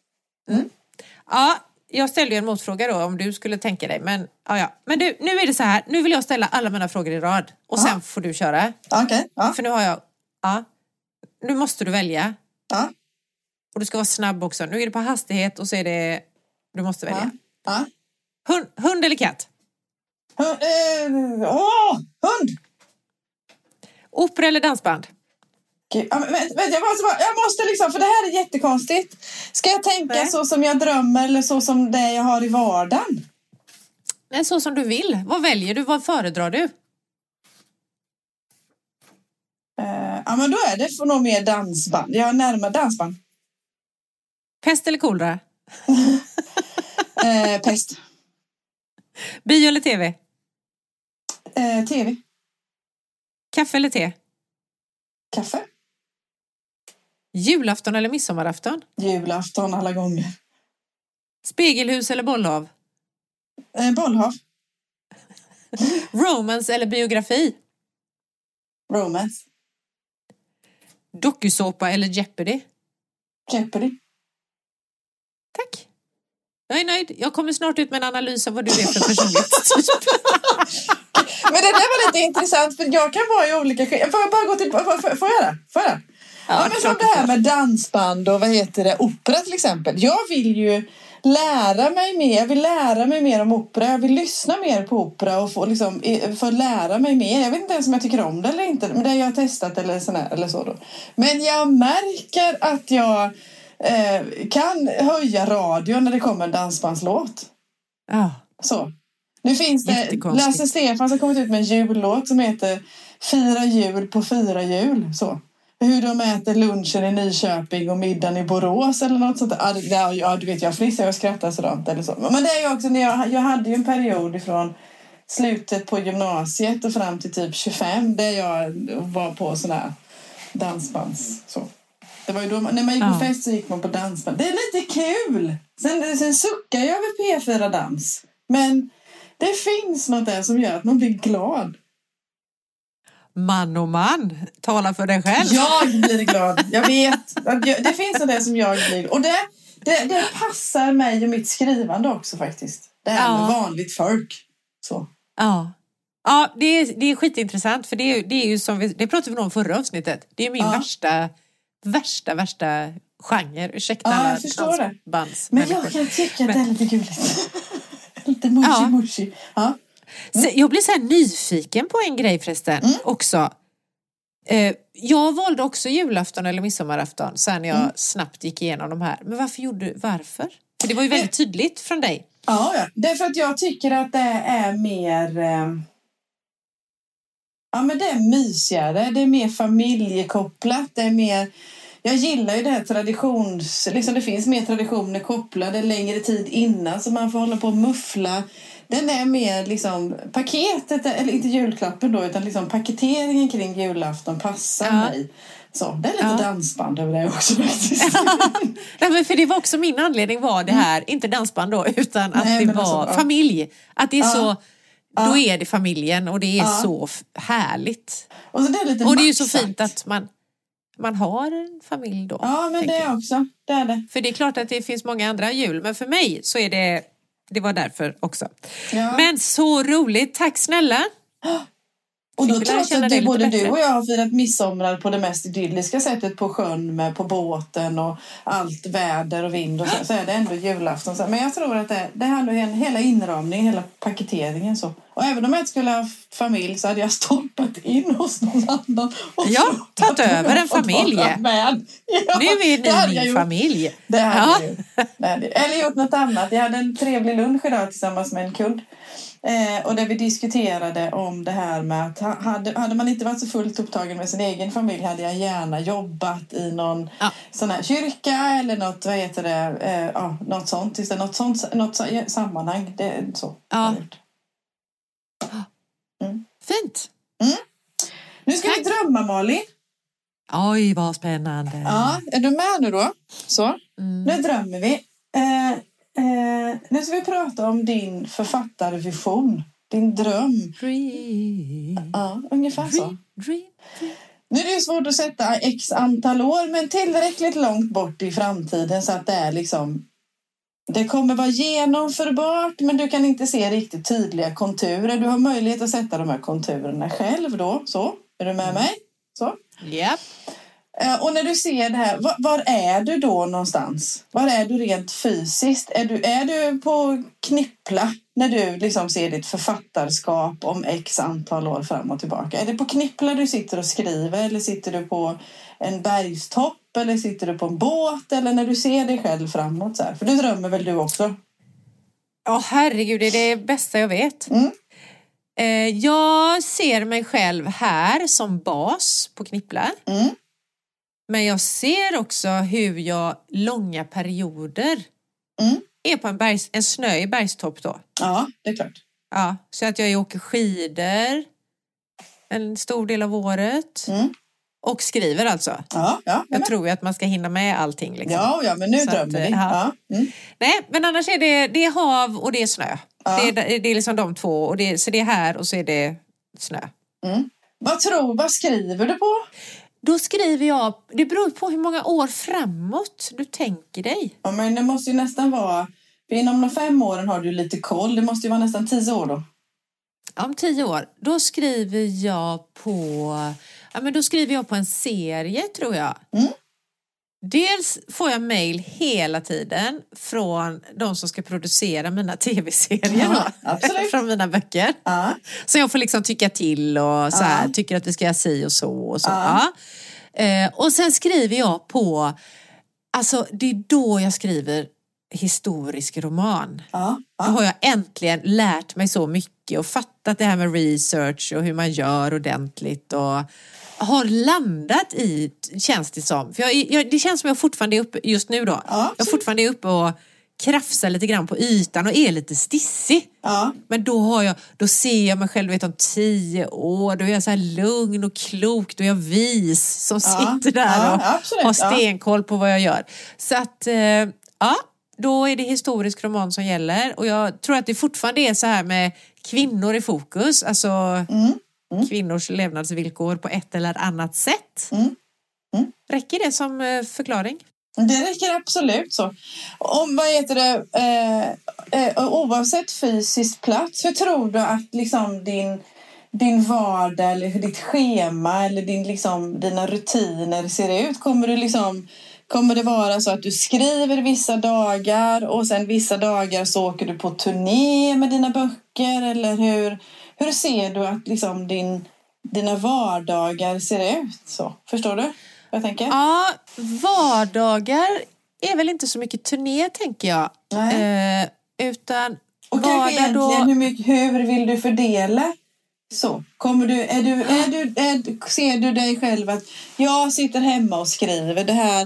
Ja, jag ställde ju en motfråga då om du skulle tänka dig. Men, ja, ja. men du, nu är det så här. Nu vill jag ställa alla mina frågor i rad. Och Ja. sen får du köra. Ja, okej. Ja. För nu har jag... Ja. Nu måste du välja. Ja. Och du ska vara snabb också. Nu är det på hastighet och så är det... Du måste välja. Ja. Hund, hund eller katt? Hund. Eh, åh, hund. Opera eller dansband? Gud, ja, men, vänta, vänta, jag, måste bara, jag måste liksom, för det här är jättekonstigt. Ska jag tänka Nej. så som jag drömmer eller så som det jag har i vardagen? Nej, så som du vill. Vad väljer du? Vad föredrar du? Eh, ja, men då är det för nog mer dansband. Jag är närmare dansband. Pest eller kolera? Eh, pest. Bio eller tv? Eh, tv. Kaffe eller te? Kaffe. Julafton eller midsommarafton? Julafton alla gånger. Spegelhus eller bollhav? Eh, bollhav. Romance eller biografi? Romance. Dokusåpa eller Jeopardy? Jeopardy. Tack. Jag är nöjd. Jag kommer snart ut med en analys av vad du är för personlighetstyp. Men det där var lite intressant, för jag kan vara i olika skeden. Får jag bara gå till... Får, får jag det? Får jag det? Ja, ja, men som det här med dansband och vad heter det, opera till exempel. Jag vill ju lära mig mer. Jag vill lära mig mer om opera. Jag vill lyssna mer på opera och få, liksom, få lära mig mer. Jag vet inte ens om jag tycker om det eller inte. Men det jag har testat eller, sånär, eller så då. Men jag märker att jag eh, kan höja radion när det kommer en dansbandslåt. Ja. Så. Nu finns det Lasse Stefans har kommit ut med en jullåt som heter Fira jul på fyra jul. Så. Hur de äter lunchen i Nyköping och middagen i Borås eller något sånt där. Ja, ja, du vet, jag fnissar och skrattar sådant eller så. Men det är ju också, när jag, jag hade ju en period ifrån slutet på gymnasiet och fram till typ tjugofem där jag var på sådana här dansbands. Så. Det var ju då, när man gick på ja. fest så gick man på dansband. Det är lite kul! Sen, sen suckar jag över P fyra Dans. Men det finns något där som gör att man blir glad. Man och man, tala för dig själv. Jag blir glad, jag vet. Det finns något där som jag blir. Och det, det, det passar mig och mitt skrivande också faktiskt. Det här ja. med vanligt folk. Så. Ja, ja det, är, det är skitintressant. För det är, det är ju som vi, det pratade vi om förra avsnittet. Det är min ja. värsta, värsta, värsta genre. Ursäkta ja, alla dansbands. Men jag kan tycka att det är lite gulligt. Lite mushy, ja. mushy. Ja. Mm. Jag blir så här nyfiken på en grej förresten mm. också. Eh, jag valde också julafton eller midsommarafton sen jag mm. snabbt gick igenom de här. Men varför gjorde du, varför? För det var ju väldigt tydligt från dig. Ja, ja. Det är för att jag tycker att det är mer... Eh... Ja, men det är mysigare. Det är mer familjekopplat. Det är mer... Jag gillar ju det här traditions... Liksom det finns mer traditioner kopplade längre tid innan så man får hålla på och muffla. Den är mer liksom paketet, eller inte julklappen då, utan liksom paketeringen kring julafton passar ja. mig. Så, det är lite ja. dansband över det också faktiskt. Nej, men för det var också min anledning var det här, mm. inte dansband då, utan att Nej, det var alltså, familj. Att det är ja. så, då är det familjen och det är ja. så härligt. Och, så det är lite och det är ju så fint att man, man har en familj då. Ja, men det är också, det är det. För det är klart att det finns många andra jul, men för mig så är det... Det var därför också. Ja. Men så roligt. Tack snälla. Och då tror jag att det, både du och jag har firat midsommar på det mest idylliska sättet på sjön med på båten och allt väder och vind och så, så är det ändå julafton. Men jag tror att det, det handlar om hela inramningen, hela paketeringen så. Och även om jag inte skulle ha familj så hade jag stoppat in hos någon annan. Och ja, tagit över en familj. Ja, nu är ni min familj. Det hade ja. jag ju. Det hade jag. Eller gjort något annat. Jag hade en trevlig lunch idag tillsammans med en kund. Eh, och där vi diskuterade om det här med att hade, hade man inte varit så fullt upptagen med sin egen familj hade jag gärna jobbat i någon ja. sån här kyrka eller något, vad heter det, eh, ja, något sånt, istället, något sånt något så, sammanhang. Det är så. Ja. Mm. Fint. Mm. Nu ska Tack. vi drömma, Malin. Oj, vad spännande. Ja, är du med nu då? Så, mm. nu drömmer vi. Eh, Eh, nu ska vi prata om din författarvision, din dröm. Dream. Ja, ungefär dream, så. Dream, dream. Nu är det ju svårt att sätta x antal år, men tillräckligt långt bort i framtiden så att det är liksom... Det kommer vara genomförbart, men du kan inte se riktigt tydliga konturer. Du har möjlighet att sätta de här konturerna själv då. Så, är du med mig? Så. Yep. Och när du ser det här, var, var är du då någonstans? Var är du rent fysiskt? Är du, är du på Knippla när du liksom ser ditt författarskap om x antal år fram och tillbaka? Är det på Knippla du sitter och skriver? Eller sitter du på en bergstopp? Eller sitter du på en båt? Eller när du ser dig själv framåt så här? För du drömmer väl du också? Ja, oh, herregud, det är det bästa jag vet. Mm. Eh, jag ser mig själv här som bas på Knippla. Mm. Men jag ser också hur jag långa perioder mm. är på en, bergs, en snö i bergstopp då. Ja, det är klart. Ja, så att jag åker skidor en stor del av året. Mm. och skriver alltså. Ja, ja. Jag tror ju att man ska hinna med allting. Liksom. Ja, ja, men nu Så drömmer att, vi. ja. Ja. Mm. Nej, men annars är det, det är hav och det är snö. Ja. Det, är, det är liksom de två. Och det, så det är här och så är det snö. Mm. Vad tror, vad skriver du på? Då skriver jag, det beror på hur många år framåt du tänker dig. Ja, men det måste ju nästan vara, för inom de fem åren har du lite koll. Det måste ju vara nästan tio år då. Om tio år, då skriver jag på, ja men då skriver jag på en serie tror jag. Mm. Dels får jag mejl hela tiden från de som ska producera mina tv-serier Ja, då, absolut. från mina böcker. Ja. Så jag får liksom tycka till och så här, Ja. tycker att vi ska göra si och så och så. Ja. Ja. Eh, och sen skriver jag på, alltså det är då jag skriver historisk roman. Ja. Då Ja. har jag äntligen lärt mig så mycket och fattat det här med research och hur man gör ordentligt och har landat i, känns det som. För jag, jag, det känns som jag fortfarande är uppe, just nu då, Ja, jag fortfarande är uppe och krafsar lite grann på ytan och är lite stissig. Ja. Men då har jag, då ser jag mig själv vet, om tio år, då är jag så här lugn och klok, då är jag vis som Ja. sitter där Ja, och absolut. har stenkoll på vad jag gör. Så att, eh, ja, då är det historisk roman som gäller och jag tror att det fortfarande är så här med kvinnor i fokus, alltså Mm. Mm. kvinnors levnadsvillkor på ett eller annat sätt. Mm. Mm. Räcker det som eh, förklaring? Det räcker absolut så. Om vad heter det, eh, eh, oavsett fysisk plats, hur tror du att liksom din, din vardag eller hur ditt schema eller din, liksom, dina rutiner ser ut? Kommer du liksom, kommer det vara så att du skriver vissa dagar och sen vissa dagar så åker du på turné med dina böcker? Eller hur, hur ser du att liksom din, dina vardagar ser ut? Så, förstår du? Jag tänker. Ja, vardagar är väl inte så mycket turné tänker jag. Nej. Eh, utan Och kanske vardag egentligen då... hur, mycket, hur vill du fördela? Så, kommer du, är du, är du, är, ser du dig själv att jag sitter hemma och skriver det här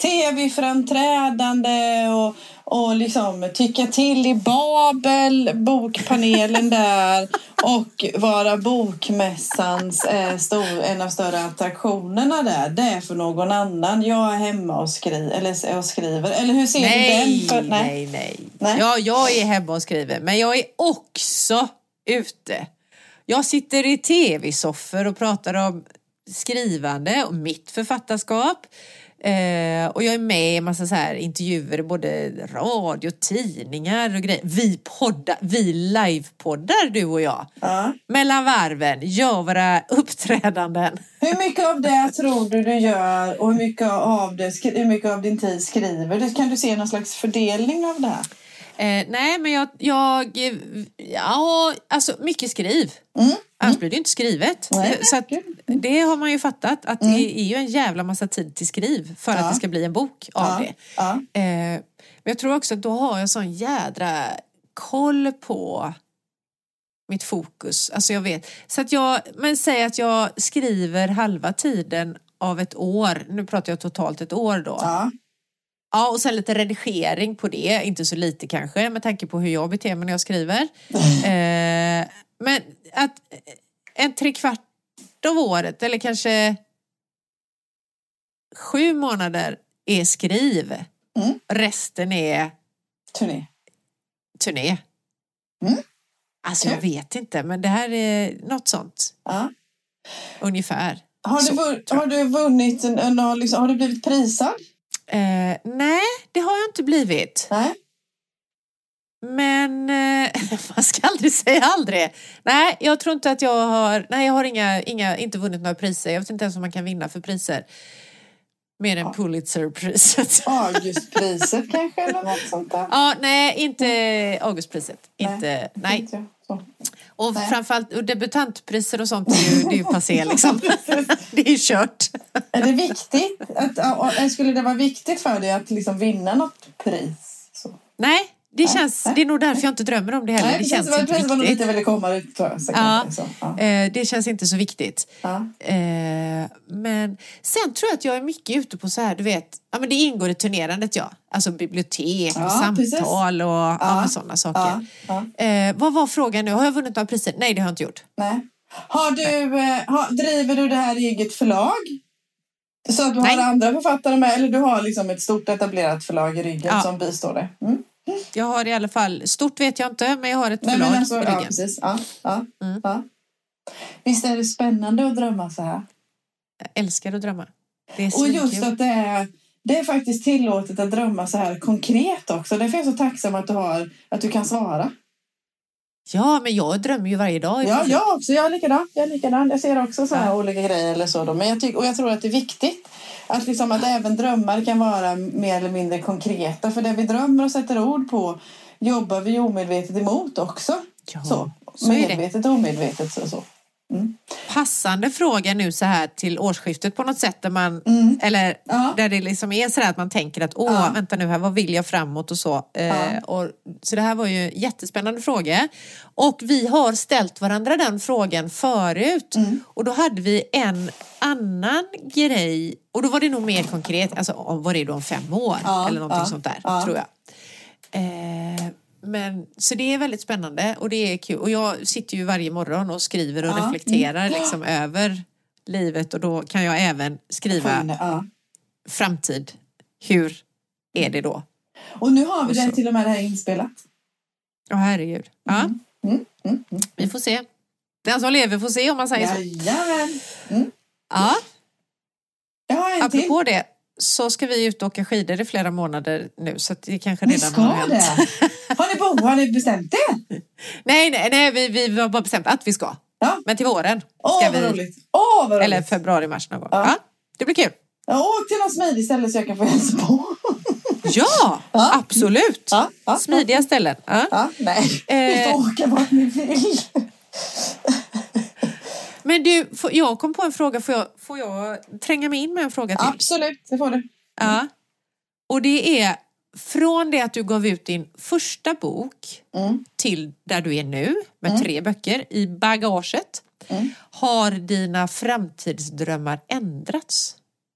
tv-framträdande och, och liksom tycka till i Babel, bokpanelen där och vara bokmässans eh, stor, en av större attraktionerna där. Det är för någon annan. Jag är hemma och, skri, eller, och skriver. Eller hur ser nej, du den? För, nej, nej, nej. nej. Ja, jag är hemma och skriver. Men jag är också ute. Jag sitter i tv-soffor och pratar om skrivande och mitt författarskap. Eh, och jag är med i en massa så här intervjuer i både radio, tidningar och grejer. Vi poddar, vi livepoddar du och jag. Ja. Mellan varven, gör våra uppträdanden. Hur mycket av det tror du du gör och hur mycket av, det, hur mycket av din tid skriver? Kan du se någon slags fördelning av det här? Eh, nej, men jag, jag ja, alltså mycket skriv. Mm. Annars Mm. blir det inte skrivet. Nej. Så att, det har man ju fattat att Mm. det är ju en jävla massa tid till skriv för Ja. att det ska bli en bok av Ja. det. Ja. Eh, men jag tror också att då har jag sån jädra koll på mitt fokus. Alltså jag vet. Så att jag, men säg att jag skriver halva tiden av ett år. Nu pratar jag totalt ett år då. Ja. Ja, och sen lite redigering på det. Inte så lite kanske, med tanke på hur jag beter mig när jag skriver. eh, men att en tre kvart av året, eller kanske sju månader är skriv. Mm. Resten är Turné. turné. Mm. Alltså jag vet inte, men det här är något sånt. Ja. Ungefär. Har, Så, du, vun- har du vunnit en, en, liksom, har du blivit prisad? Eh, nej, det har jag inte blivit. Nej. Men eh, man ska aldrig säga aldrig. Nej, jag tror inte att jag har... Nej, jag har inga, inga, inte vunnit några priser. Jag vet inte ens om man kan vinna för priser. Mer än Ja. Pulitzerpriset. Augustpriset kanske eller något sånt där. Ja, nej, inte Augustpriset. Nej, Inte, nej. Inte jag. Så. Och Nej. framförallt och debutantpriser och sånt är ju, det är ju passé liksom. Det är ju kört. Är det viktigt? Att, att, skulle det vara viktigt för dig att liksom vinna något pris? Så. Nej, det Nej, känns... nej. Det är nog därför jag inte drömmer om det heller. Nej, det känns var, inte det var nog viktigt. lite väl komma ut tror jag. Så Ja. kanske, så. Ja. Eh, det känns inte så viktigt. Ja. Eh, men sen tror jag att jag är mycket ute på så här, du vet, ja men det ingår i turnerandet ja. Alltså bibliotek och Ja, samtal precis. och ja. Ja, sådana saker. Ja. Ja. Eh, vad var frågan nu? Har jag vunnit några priser? Nej, det har jag inte gjort. Nej. Har du, eh, har, driver du det här i eget förlag? Så att du Nej. har andra författare med, eller du har liksom ett stort etablerat förlag i ryggen Ja. som bistår dig? Mm. Jag har i alla fall, stort vet jag inte, men jag har ett Nej, förlag men alltså, i ja, ryggen. precis. Ja, ja, Mm. ja. Visst är det spännande att drömma så här? Jag älskar att drömma. Det är Och svinkul. just att det är, det är faktiskt tillåtet att drömma så här konkret också. Därför är jag så tacksam att du, har, att du kan svara. Ja, men jag drömmer ju varje dag. Ja, jag också. Jag är likadan. Jag är likadan. Jag ser också så här Ja. olika grejer eller så. Då. Men jag, tyck, och jag tror att det är viktigt att, liksom, att även drömmar kan vara mer eller mindre konkreta. För det vi drömmer och sätter ord på jobbar vi omedvetet emot också. Ja, så. så är det. Medvetet och omedvetet. Så, så. Mm. Passande fråga nu så här till årsskiftet på något sätt där man Mm. eller Ja. där det liksom är så här att man tänker att åh, Ja. vänta nu här, vad vill jag framåt och så. Eh, Ja. och, så det här var ju en jättespännande fråga. Och vi har ställt varandra den frågan förut. Mm. Och då hade vi en annan grej. Och då var det nog mer konkret. Alltså om- var det då om fem år? Ja. Eller någonting Ja. sånt där, Ja. tror jag. Eh, men, så det är väldigt spännande och det är kul. Och jag sitter ju varje morgon och skriver och Ja. reflekterar Mm. liksom över livet. Och då kan jag även skriva Ja. framtid. Hur är det då? Och nu har vi Och det så. till och med det här inspelat. Åh herregud. Ja, Mm. Mm. Mm. Mm. vi får se. Den som lever får se om man säger så. Jajamän. Mm. Ja, Jag har en till. apropå det så ska vi ut och åka skidor i flera månader nu. Så att det kanske Ni redan ska har hänt. det? Har ni, bo, har ni bestämt det? Nej, nej, nej vi, vi har bara bestämt att vi ska. Ja. Men till våren Åh, ska vad vi. roligt. Åh, vad roligt. Eller februari, mars någon gång. Ja. Ja, det blir kul. Ja, åk till någon smidig ställe så jag kan få hälsa på. Ja, Ja. absolut. Ja, ja. Smidiga ställen. Ja. Ja, nej. Eh. Ni får åka vart ni vill. Men du, får- jag kom på en fråga. Får jag, får jag tränga mig in med en fråga till? Absolut, det får du. Ja. Och det är från det att du gav ut din första bok Mm. till där du är nu med Mm. tre böcker i bagaget. Mm. Har dina framtidsdrömmar ändrats?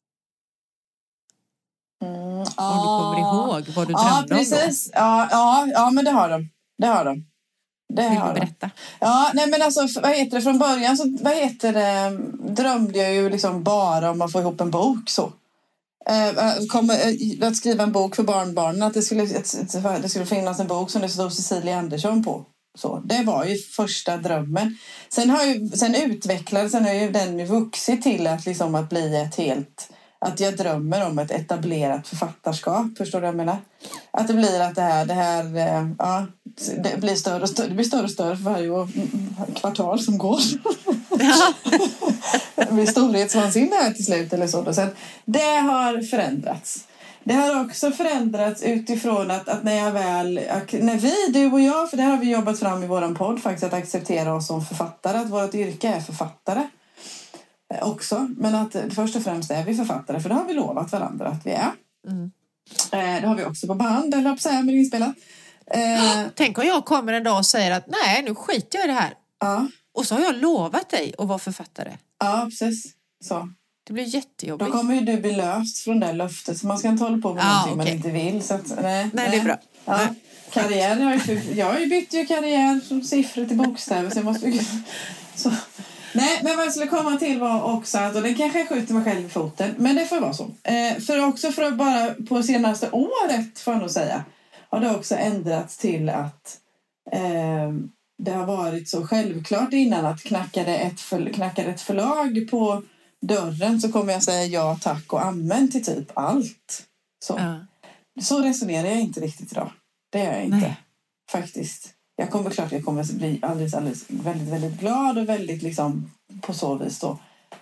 Mm. Om du kommer ihåg vad du Ja, drömde om precis. Ja, ja, ja, men det har de. Det har de. Det då? Vill har du de. berätta? Ja, nej men alltså, f- vad heter det, från början så, vad heter det, drömde jag ju liksom bara om att få ihop en bok så. Eh, kom, eh, att skriva en bok för barnbarnen, att det skulle, ett, det skulle finnas en bok som det stod Cecilia Andersson på. Så, det var ju första drömmen. Sen, har ju, sen utvecklades, sen har ju den ju vuxit till att, liksom, att bli ett helt, att jag drömmer om ett etablerat författarskap, förstår du vad jag menar? Att det blir att det här, det här eh, ja, det blir större och större, det blir större och större för varje år, kvartal som går. Ja. Det blir storhetsvansinne här till slut eller så. Så att det har förändrats. Det har också förändrats utifrån att, att när jag väl, när vi, du och jag, för det här har vi jobbat fram i våran podd faktiskt, att acceptera oss som författare, att vårt yrke är författare också. Men att först och främst är vi författare, för det har vi lovat varandra att vi är. Mm. Eh, det har vi också på band, eller på så här med inspelat. Eh, Tänk om jag kommer en dag och säger att nej, nu skiter jag i det här. ja, Och så har jag lovat dig att vara författare. ja, precis. Så. Det blir jättejobbigt. Då kommer ju du bli löst från det löftet. Så man ska inte hålla på med Ja, någonting man okej. inte vill. Så att, nej, Nej, det är bra. Ja. Nej. Karriär, jag, har ju, jag har ju bytt ju karriär från siffror till bokstäver. Så jag måste ju... så. Nej, men vad jag skulle komma till var också att, och det kanske jag skjuter mig själv i foten, men det får vara så. Eh, för också för att bara på senaste året, får jag nog säga, har det också ändrats till att eh, det har varit så självklart innan att knackade ett, för, knackade ett förlag på dörren så kommer jag säga ja, tack och amen till typ allt. Så, Ja. så resonerar jag inte riktigt idag. Det gör jag inte. Nej. Faktiskt. Jag kommer klart jag kommer bli alldeles, alldeles väldigt, väldigt glad och väldigt liksom på så vis då.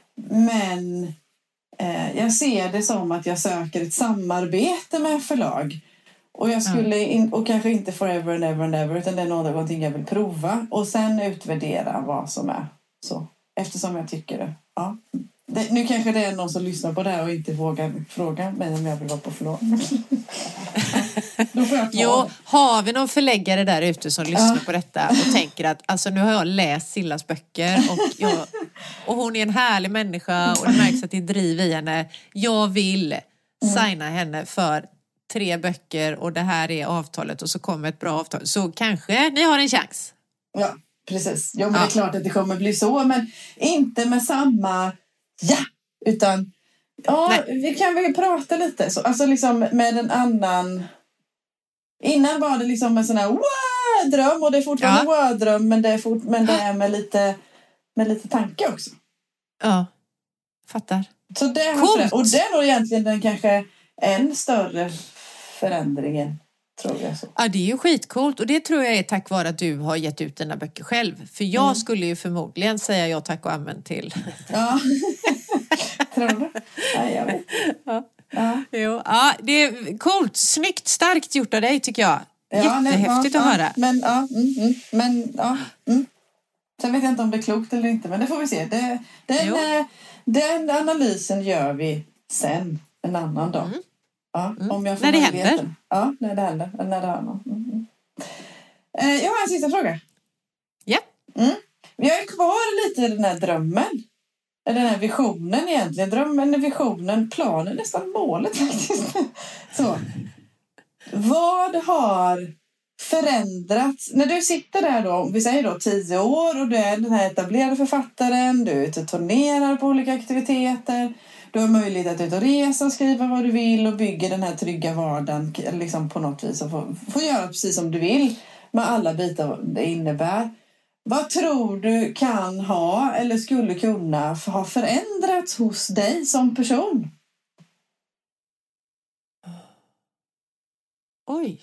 Men eh, jag ser det som att jag söker ett samarbete med förlag. Och jag skulle in, och kanske inte forever and ever and ever, utan det är någonting jag vill prova och sen utvärdera vad som är så. Eftersom jag tycker det. Ja. Det, nu kanske det är någon som lyssnar på det här och inte vågar fråga mig om jag vill vara på förlag. Då får jag ta Jo, det. har vi någon förläggare där ute som lyssnar Ja. på detta och tänker att alltså nu har jag läst Sillas böcker och, jag, och hon är en härlig människa och det märks att det är driv i henne. Jag vill signa henne för tre böcker och det här är avtalet och så kommer ett bra avtal. Så kanske ni har en chans. Ja, precis. Jo, men Ja. det är klart att det kommer bli så, men inte med samma ja, utan Ja, Nej. vi kan väl prata lite. Så, alltså liksom med en annan... Innan var det liksom en sån här wow, dröm. Och det är fortfarande Ja. wow, dröm. Men det är, fort, men det är med, lite, med lite tanke också. Ja, fattar. Så det har Coolt. förä- och det är nog egentligen den kanske än större förändringen. Tror jag så. Ja, det är ju skitcoolt. Och det tror jag är tack vare att du har gett ut dina böcker själv. För jag Mm. skulle ju förmodligen säga ja tack och amen till. Ja. Tror du? Ja, jag vet. Ja. Ja. Jo, ja, det är coolt. Snyggt, starkt gjort av dig tycker jag. Ja, nej, Jättehäftigt ja, att ja, höra. Men, ja, mm, mm, men, ja, mm. Sen vet jag inte om det är klokt eller inte, men det får vi se. Det, den, Jo. eh, den analysen gör vi sen, en annan dag. Mm. Ja, Mm. om jag får När det möjligheten. händer. Ja, när det händer. Eller när det har någon. Mm. mm. Eh, jag har en sista fråga. Ja. Mm. Jag är kvar lite i den här drömmen. Eller den här visionen egentligen. Drömmen, visionen, planen, nästan målet faktiskt. Så. Vad har förändrats? När du sitter där då, vi säger då tio år och du är den här etablerade författaren, du är ute och turnerar på olika aktiviteter, du har möjlighet att ut och resa och skriva vad du vill och bygga den här trygga vardagen liksom på något vis och få, få göra precis som du vill med alla bitar det innebär. Vad tror du kan ha eller skulle kunna ha förändrats hos dig som person? Oj.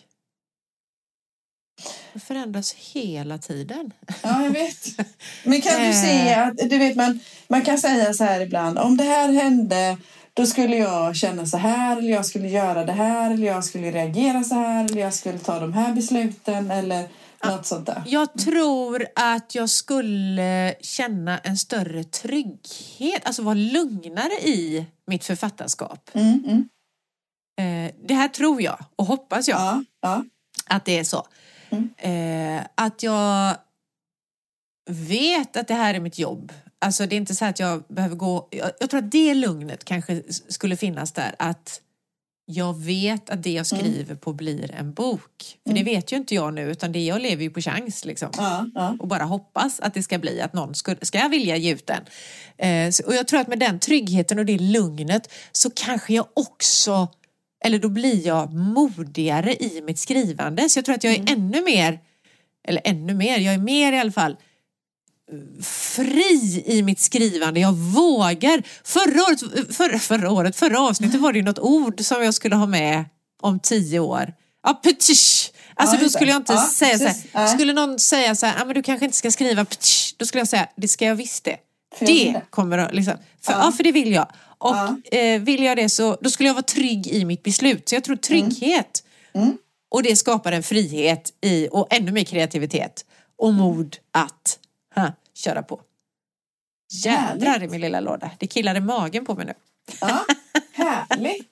Det förändras hela tiden. Ja, jag vet. Men kan du se att, du vet man, man kan säga så här ibland, om det här hände då skulle jag känna så här, eller jag skulle göra det här, eller jag skulle reagera så här, eller jag skulle ta de här besluten, eller något sånt där. Jag tror att jag skulle känna en större trygghet, alltså vara lugnare i mitt författarskap. Mm, mm. Eh, det här tror jag och hoppas jag Ja, ja. att det är så. Mm. Eh, att jag vet att det här är mitt jobb. Alltså det är inte så att jag behöver gå... Jag, jag tror att det lugnet kanske skulle finnas där. Att jag vet att det jag skriver mm. på blir en bok. För mm. det vet ju inte jag nu, utan det jag lever ju på chans liksom. Ja, ja. Och bara hoppas att det ska bli att någon ska, ska vilja ge ut den. Eh, så, och jag tror att med den tryggheten och det lugnet så kanske jag också... Eller då blir jag modigare i mitt skrivande. Så jag tror att jag är mm. ännu mer, eller ännu mer, jag är mer i alla fall fri i mitt skrivande. Jag vågar. Förra året, förra, förra året, förra avsnittet var det ju något ord som jag skulle ha med om tio år. Ja, petish. Alltså ja, då skulle jag inte ja, säga precis. Så här. Skulle någon säga så här, ah, men du kanske inte ska skriva petish. Då skulle jag säga, det ska jag visst det. För det, det kommer att liksom, för, ja. ja, för det vill jag. Och ja. eh, vill jag det så då skulle jag vara trygg i mitt beslut. Så jag tror trygghet mm. Mm. och det skapar en frihet i och ännu mer kreativitet och mod att ha, köra på. Jädrar härligt. I min lilla låda. Det killar i magen på mig nu. Ja, härligt.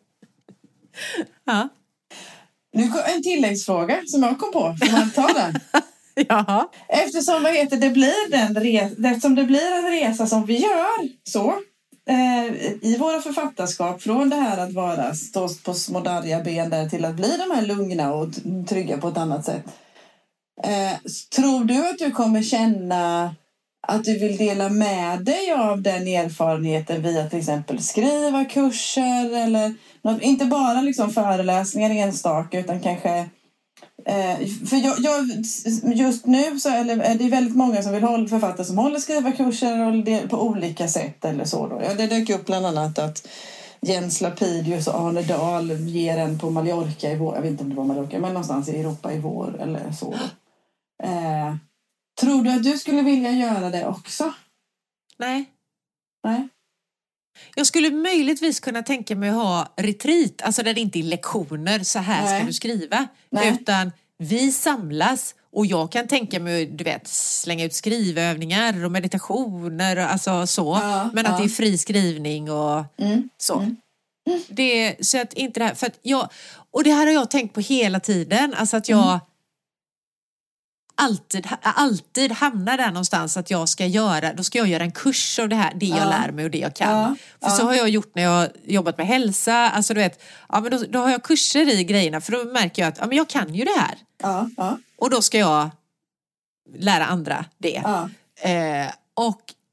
Ja. Nu kommer en tilläggsfråga som jag kom på. Får man ta den? Ja. Eftersom, vad heter, det blir den resa, eftersom det blir en resa som vi gör så eh, i våra författarskap från det här att vara stå på små darriga ben där till att bli de här lugna och trygga på ett annat sätt. Eh, tror du att du kommer känna att du vill dela med dig av den erfarenheten via till exempel skriva kurser eller något, inte bara liksom föreläsningar enstaka utan kanske Eh, för jag, jag, just nu så är det, är det väldigt många som vill hålla författare som håller skriva kurser och det, på olika sätt eller så då. Ja, det dök upp bland annat att Jens Lapidius och Arne Dahl ger en på Mallorca i vår, jag vet inte om det var Mallorca men någonstans i Europa i vår eller så då. Eh, tror du att du skulle vilja göra det också? Nej. Nej. Jag skulle möjligtvis kunna tänka mig att ha retreat, alltså där det inte är lektioner, så här Nej. Ska du skriva. Nej. Utan vi samlas och jag kan tänka mig, du vet, slänga ut skrivövningar och meditationer, alltså så. Ja, men att ja. Det är fri skrivning och mm. så. Mm. Det, så att inte det här, för att jag, och det här har jag tänkt på hela tiden, alltså att jag mm. alltid, alltid hamnar där någonstans att jag ska göra, då ska jag göra en kurs av det här, det jag ja. lär mig och det jag kan. Ja. För ja. så har jag gjort när jag har jobbat med hälsa, alltså du vet, ja men då, då har jag kurser i grejerna för då märker jag att ja men jag kan ju det här. Ja. Ja. Och då ska jag lära andra det. Ja. Eh, och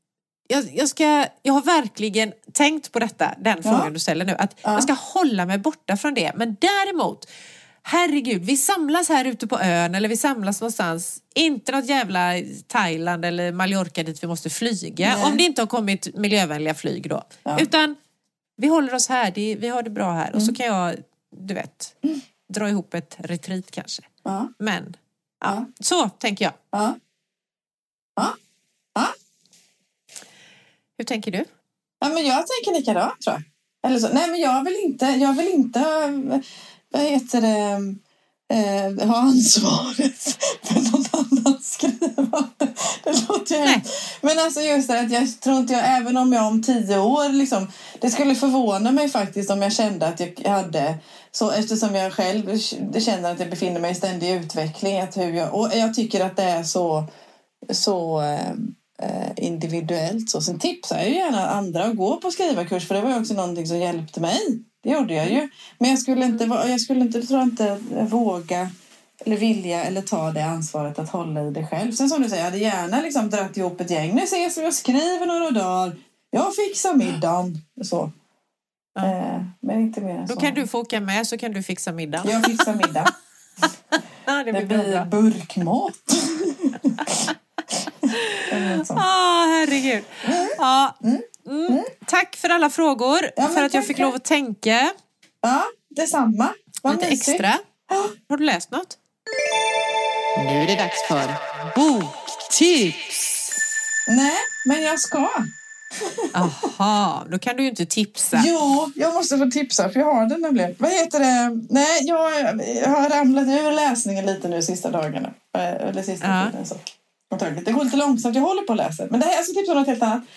jag, jag, ska, jag har verkligen tänkt på detta, den Ja. frågan du ställer nu. Att Ja. jag ska hålla mig borta från det. Men däremot, herregud, vi samlas här ute på ön eller vi samlas någonstans. Inte något jävla Thailand eller Mallorca dit vi måste flyga. Nej. Om det inte har kommit miljövänliga flyg då. Ja. Utan vi håller oss här, det, vi har det bra här. Och så kan jag, du vet, dra ihop ett retreat kanske. Ja. Men, ja, Ja. så tänker jag. Ja. Ja. Ja. Hur tänker du? Ja, men jag tänker likadant, tror jag. Eller så. Nej, men jag vill inte, jag vill inte, vad heter det, eh, ha ansvaret för någon annan skrivande. Det låter ju hemskt. Men alltså just det att jag tror inte jag, även om jag om tio år liksom, det skulle förvåna mig faktiskt om jag kände att jag hade, så eftersom jag själv känner att jag befinner mig i ständig utveckling, att hur jag, och jag tycker att det är så, så eh, individuellt. Så sen tipsar jag ju gärna andra att gå på skrivarkurs, för det var ju också någonting som hjälpte mig. Det gjorde jag ju. Men jag skulle inte, jag skulle inte, tror jag inte, våga eller vilja eller ta det ansvaret att hålla i det själv. Sen som du säger, jag hade gärna liksom dratt ihop ett gäng. Nu ses vi och skriver några dagar. Jag fixar middagen. Så. Ja. Eh, men inte mer än Då så. kan du få åka med så kan du fixa middag. Jag fixar middag. Ja, det Det blir blir bra. burkmat. Eller något sånt. Ah, herregud. Ja. Mm. Tack för alla frågor. Ja, men för att jag tack. fick lov att tänka Ja, detsamma. Vad lite mysigt. extra. Har du läst något? Nu är det dags för boktips. Nej, men jag ska. Aha, då kan du ju inte tipsa. Jo, jag måste få tipsa för jag har den nämligen. Vad heter det? Nej, jag har ramlat ur läsningen lite nu sista dagarna. Eller sista Ja. tiden så. Det går lite långsamt, jag håller på att läsa. Men det här, jag ska tipsa om något helt annat.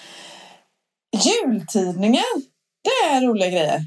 Jultidningar, det är roliga grejer.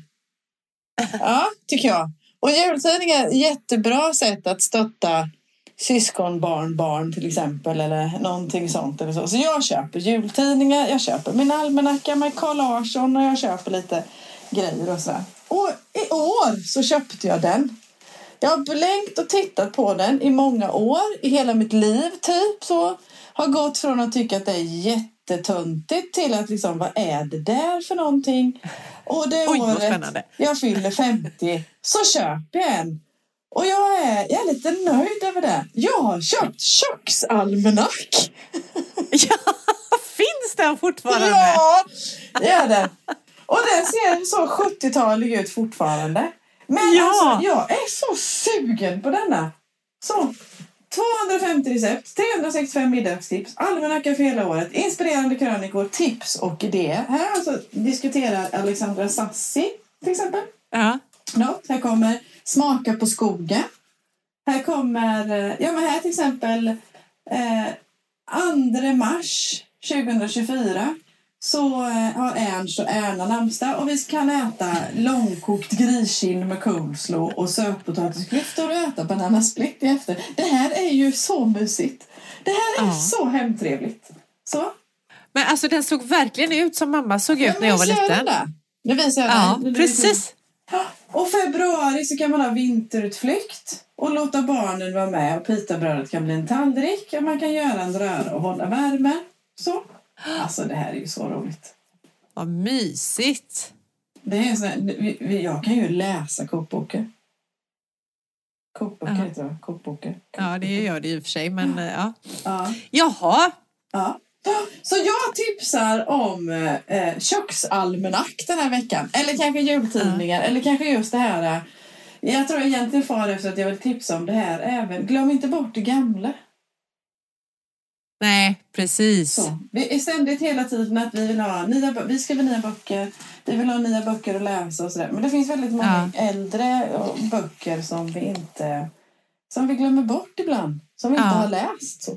Ja, tycker jag. Och jultidningar är ett jättebra sätt att stötta syskon, barn, barn till exempel, eller någonting sånt eller så. Så jag köper jultidningar, jag köper min almanacka med Carl Larsson och jag köper lite grejer och sådär. Och i år så köpte jag den. Jag har blänkt och tittat på den i många år, i hela mitt liv typ så. Har gått från att tycka att det är jättetöntigt till att liksom, vad är det där för någonting? Och det Oj, vad året spännande. jag fyller femtio så köper jag en. Och jag är, jag är lite nöjd över det. Jag har köpt köksalmanack. Ja, finns den fortfarande? Ja, det är det. Och den ser så sjuttiotalig ut fortfarande. Men Ja. alltså, jag är så sugen på denna. Så, tvåhundrafemtio recept, trehundrasextiofem middagstips, almanacka för hela året, inspirerande krönikor, tips och idéer. Här alltså diskuterar Alexandra Sassi till exempel. Ja. No, här kommer smaka på skogen. Här kommer, ja men här till exempel eh, andra mars tjugohundratjugofyra så eh, har Ernst och Erna namnsdag och vi kan äta långkokt griskinn med coleslaw och sötpotatisklyftor och äta bananasplit i efter. Det här är ju så mysigt. Det här är Ja. så hemtrevligt. Så. Men alltså den såg verkligen ut som mamma såg ut Ja, när jag var visar jag liten. den där? Nu visar jag Ja, den. precis. Och februari så kan man ha vinterutflykt och låta barnen vara med och pitabrödet kan bli en tallrik och man kan göra en röra och hålla värme. Så. Alltså det här är ju så roligt. Vad mysigt. Det är så här, vi, vi, jag kan ju läsa kokböcker. Kokböcker Ja. heter det, kokböcker. Ja, det gör det i och för sig, men eh, ja. Ja. Jaha. Ja. Så jag tipsar om eh, köksalmanack den här veckan. Eller kanske jultidningar. Eller kanske just det här. Eh, jag tror egentligen far efter att jag vill tipsa om det här även. Glöm inte bort det gamla. Nej, precis. Så. Vi är ständigt hela tiden att vi vill ha nya, bö- vi skriver nya böcker. Vi vill ha nya böcker att läsa och sådär. Men det finns väldigt många Ja. äldre böcker som vi inte som vi glömmer bort ibland. Som vi inte Ja. har läst. Så.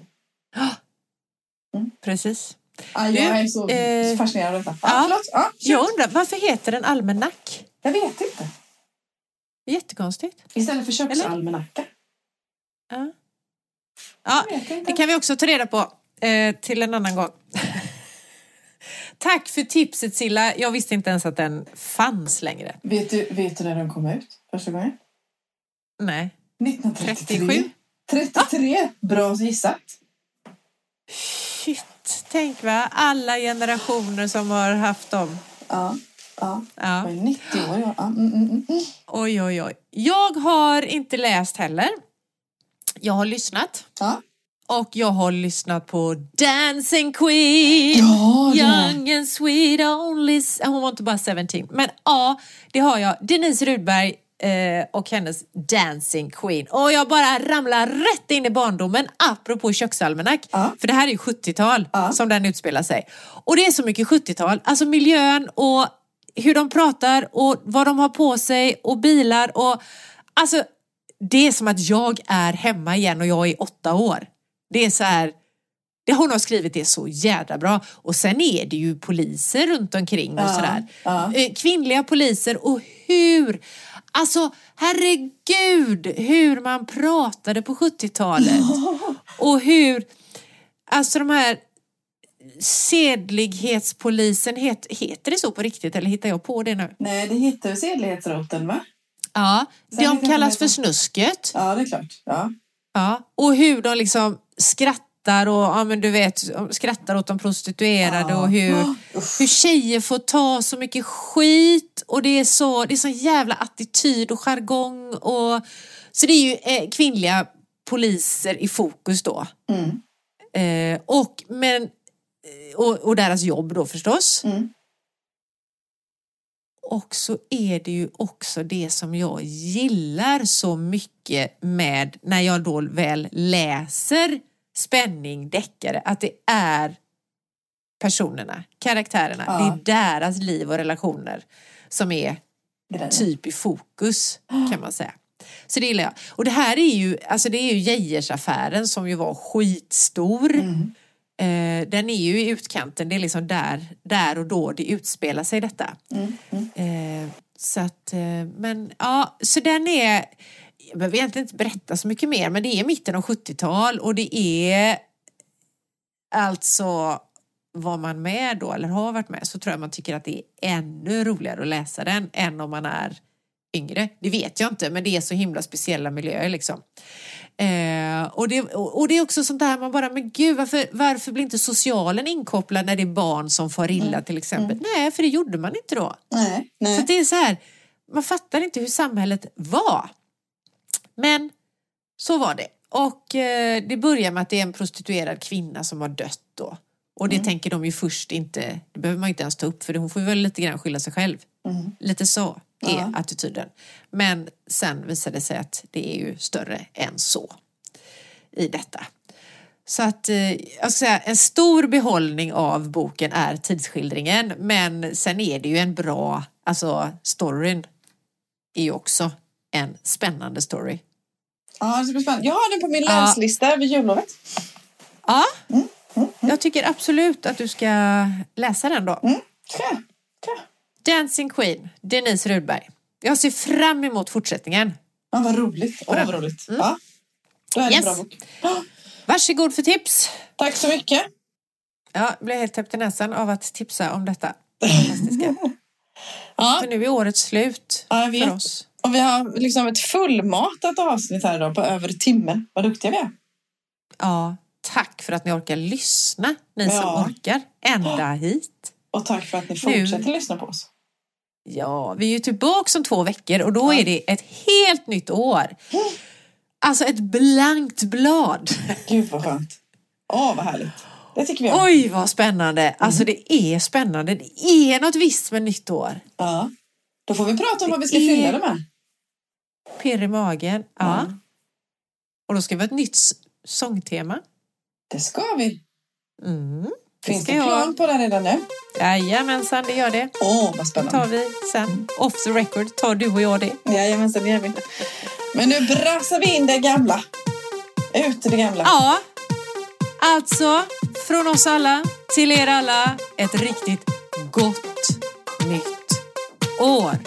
Precis. Ah, jag Du, är så eh, fascinerad av detta. ja. Ah, förlåt. Ah, Jag shoot. undrar, varför heter den almanack? Jag vet inte. Jättekonstigt. Istället för köksalmanacka. Ja. Ja, Jag vet inte. det kan vi också ta reda på eh, till en annan gång. Tack för tipset, Silla. Jag visste inte ens att den fanns längre. Vet du, vet du när den kom ut första gången? Nej. nittonhundratrettiosju. trettiosju? trettiotre. Bra gissat. Shit. Visst, tänk va, alla generationer som har haft dem. Ja, ja. Ja. Jag är nittio år. Ja. Mm, mm, mm. Oj, oj, oj. Jag har inte läst heller. Jag har lyssnat. Ja. Och jag har lyssnat på Dancing Queen. Ja, det. Young and sweet only... Hon var inte bara sjutton. Men ja, det har jag. Denise Rudberg eh, och hennes Dancing Queen. Och jag bara ramlar rätt in i barndomen. Apropå köksalmanack. Ja. För det här är ju sjuttiotal Ja. som den utspelar sig. Och det är så mycket sjuttiotal. Alltså miljön och hur de pratar och vad de har på sig och bilar. Och alltså, det är som att jag är hemma igen och jag är åtta år. Det är så här, det hon har skrivit är så jädra bra. Och sen är det ju poliser runt omkring och Ja, sådär. ja. Kvinnliga poliser och hur, alltså herregud, hur man pratade på sjuttiotalet. Och hur, alltså de här sedlighetspolisen, het, heter det så på riktigt eller hittar jag på det nu? Nej, det heter sedlighetsroten, va? Ja, Sen vet de jag kallas inte för vad snusket. Ja, det är klart. Ja. Ja, och hur de liksom skrattar och ja, men du vet, skrattar åt de prostituerade Ja. och hur, Oh, hur tjejer får ta så mycket skit och det är så, det är så jävla attityd och jargong och så det är ju eh, kvinnliga poliser i fokus då. Mm. Eh, och men och, och deras jobb då förstås. Mm. Och så är det ju också det som jag gillar så mycket med när jag då väl läser spänning, deckare, att det är personerna, karaktärerna, Ja. det är deras liv och relationer som är Grejer. typ i fokus kan man säga. Så det gillar jag. Och det här är ju, alltså det är ju Geijersaffären som ju var skitstor. Mm. Eh, den är ju i utkanten, det är liksom där, där och då det utspelar sig detta. Mm. Mm. Eh, så att, eh, men ja, så den är, jag behöver egentligen inte berätta så mycket mer, men det är mitten av sjuttiotal och det är alltså, var man med då eller har varit med så tror jag man tycker att det är ännu roligare att läsa den än om man är yngre. Det vet jag inte, men det är så himla speciella miljöer liksom. Eh, och, det, och, och det är också sånt där man bara, men gud, varför, varför blir inte socialen inkopplad när det är barn som far illa Mm. till exempel? Nej, för det gjorde man inte då. Nej, nej. Så det är så här, man fattar inte hur samhället var. Men så var det. Och eh, det börjar med att det är en prostituerad kvinna som har dött då. Och det Mm. tänker de ju först inte, det behöver man inte ens ta upp för hon får väl lite grann skylla sig själv. Mm. Lite så är Ja. attityden. Men sen visar det sig att det är ju större än så i detta. Så att eh, jag ska säga, en stor behållning av boken är tidsskildringen. Men sen är det ju en bra, alltså storyn är ju också en spännande story. Ja, det ska bli spännande. Jag har den på min Ja. läslista över jullovet. Ja, Mm. Mm. jag tycker absolut att du ska läsa den då. Mm. Ska jag? Ska jag? Dancing Queen, Denise Rudberg. Jag ser fram emot fortsättningen. Ja, vad roligt. Åh, vad roligt. Mm. Ja. Då är det Yes. en bra bok. Varsågod för tips. Tack så mycket. Ja, jag blev helt täppt i näsan av att tipsa om detta. Fantastiska. Ja, För nu är året slut ja, jag vet. för oss. Och vi har liksom ett fullmatat avsnitt här idag på över timmen. Vad duktiga vi är. Ja, tack för att ni orkar lyssna. Ni Ja. som orkar ända hit. Och tack för att ni Nu. fortsätter lyssna på oss. Ja, vi är ju tillbaka om två veckor och då Ja. är det ett helt nytt år. Alltså ett blankt blad. Gud vad skönt. Åh, vad härligt. Det tycker vi om. Oj, vad spännande. Alltså det är spännande. Det är något visst med nytt år. Ja. Då får vi prata om vad vi ska Det är- fylla det med. Pirr i magen. Ja. Ja. Och då ska vi ha ett nytt s- sångtema. Det ska vi. Mm. Finns ska det jag- plan på det redan nu? Jajamensan, det gör det. Åh, vad Det spännande. tar vi sen. Off the record tar du och jag det. Jajamensan, det gör vi. Men nu brassar vi in det gamla. Ut i det gamla. Ja, alltså från oss alla till er alla ett riktigt gott nytt år.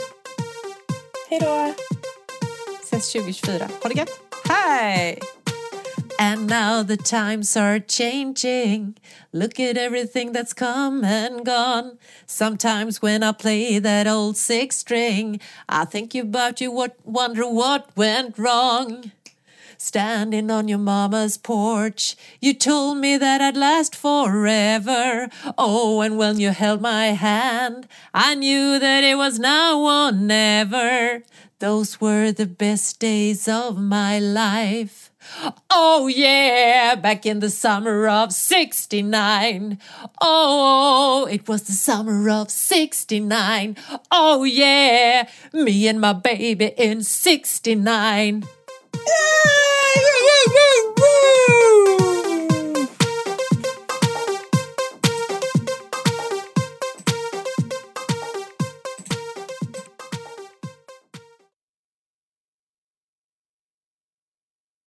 Hej då. Ses tjugo tjugofyra. Ha det gött. Hej! And now the times are changing. Look at everything that's come and gone. Sometimes when I play that old six string, I think about you, what, wonder what went wrong. Standing on your mama's porch, you told me that I'd last forever. Oh, and when you held my hand, I knew that it was now or never. Those were the best days of my life. Oh yeah, back in the summer of sixty-nine. Oh, it was the summer of sixty-nine. Oh yeah, me and my baby in sixty-nine. Yeah!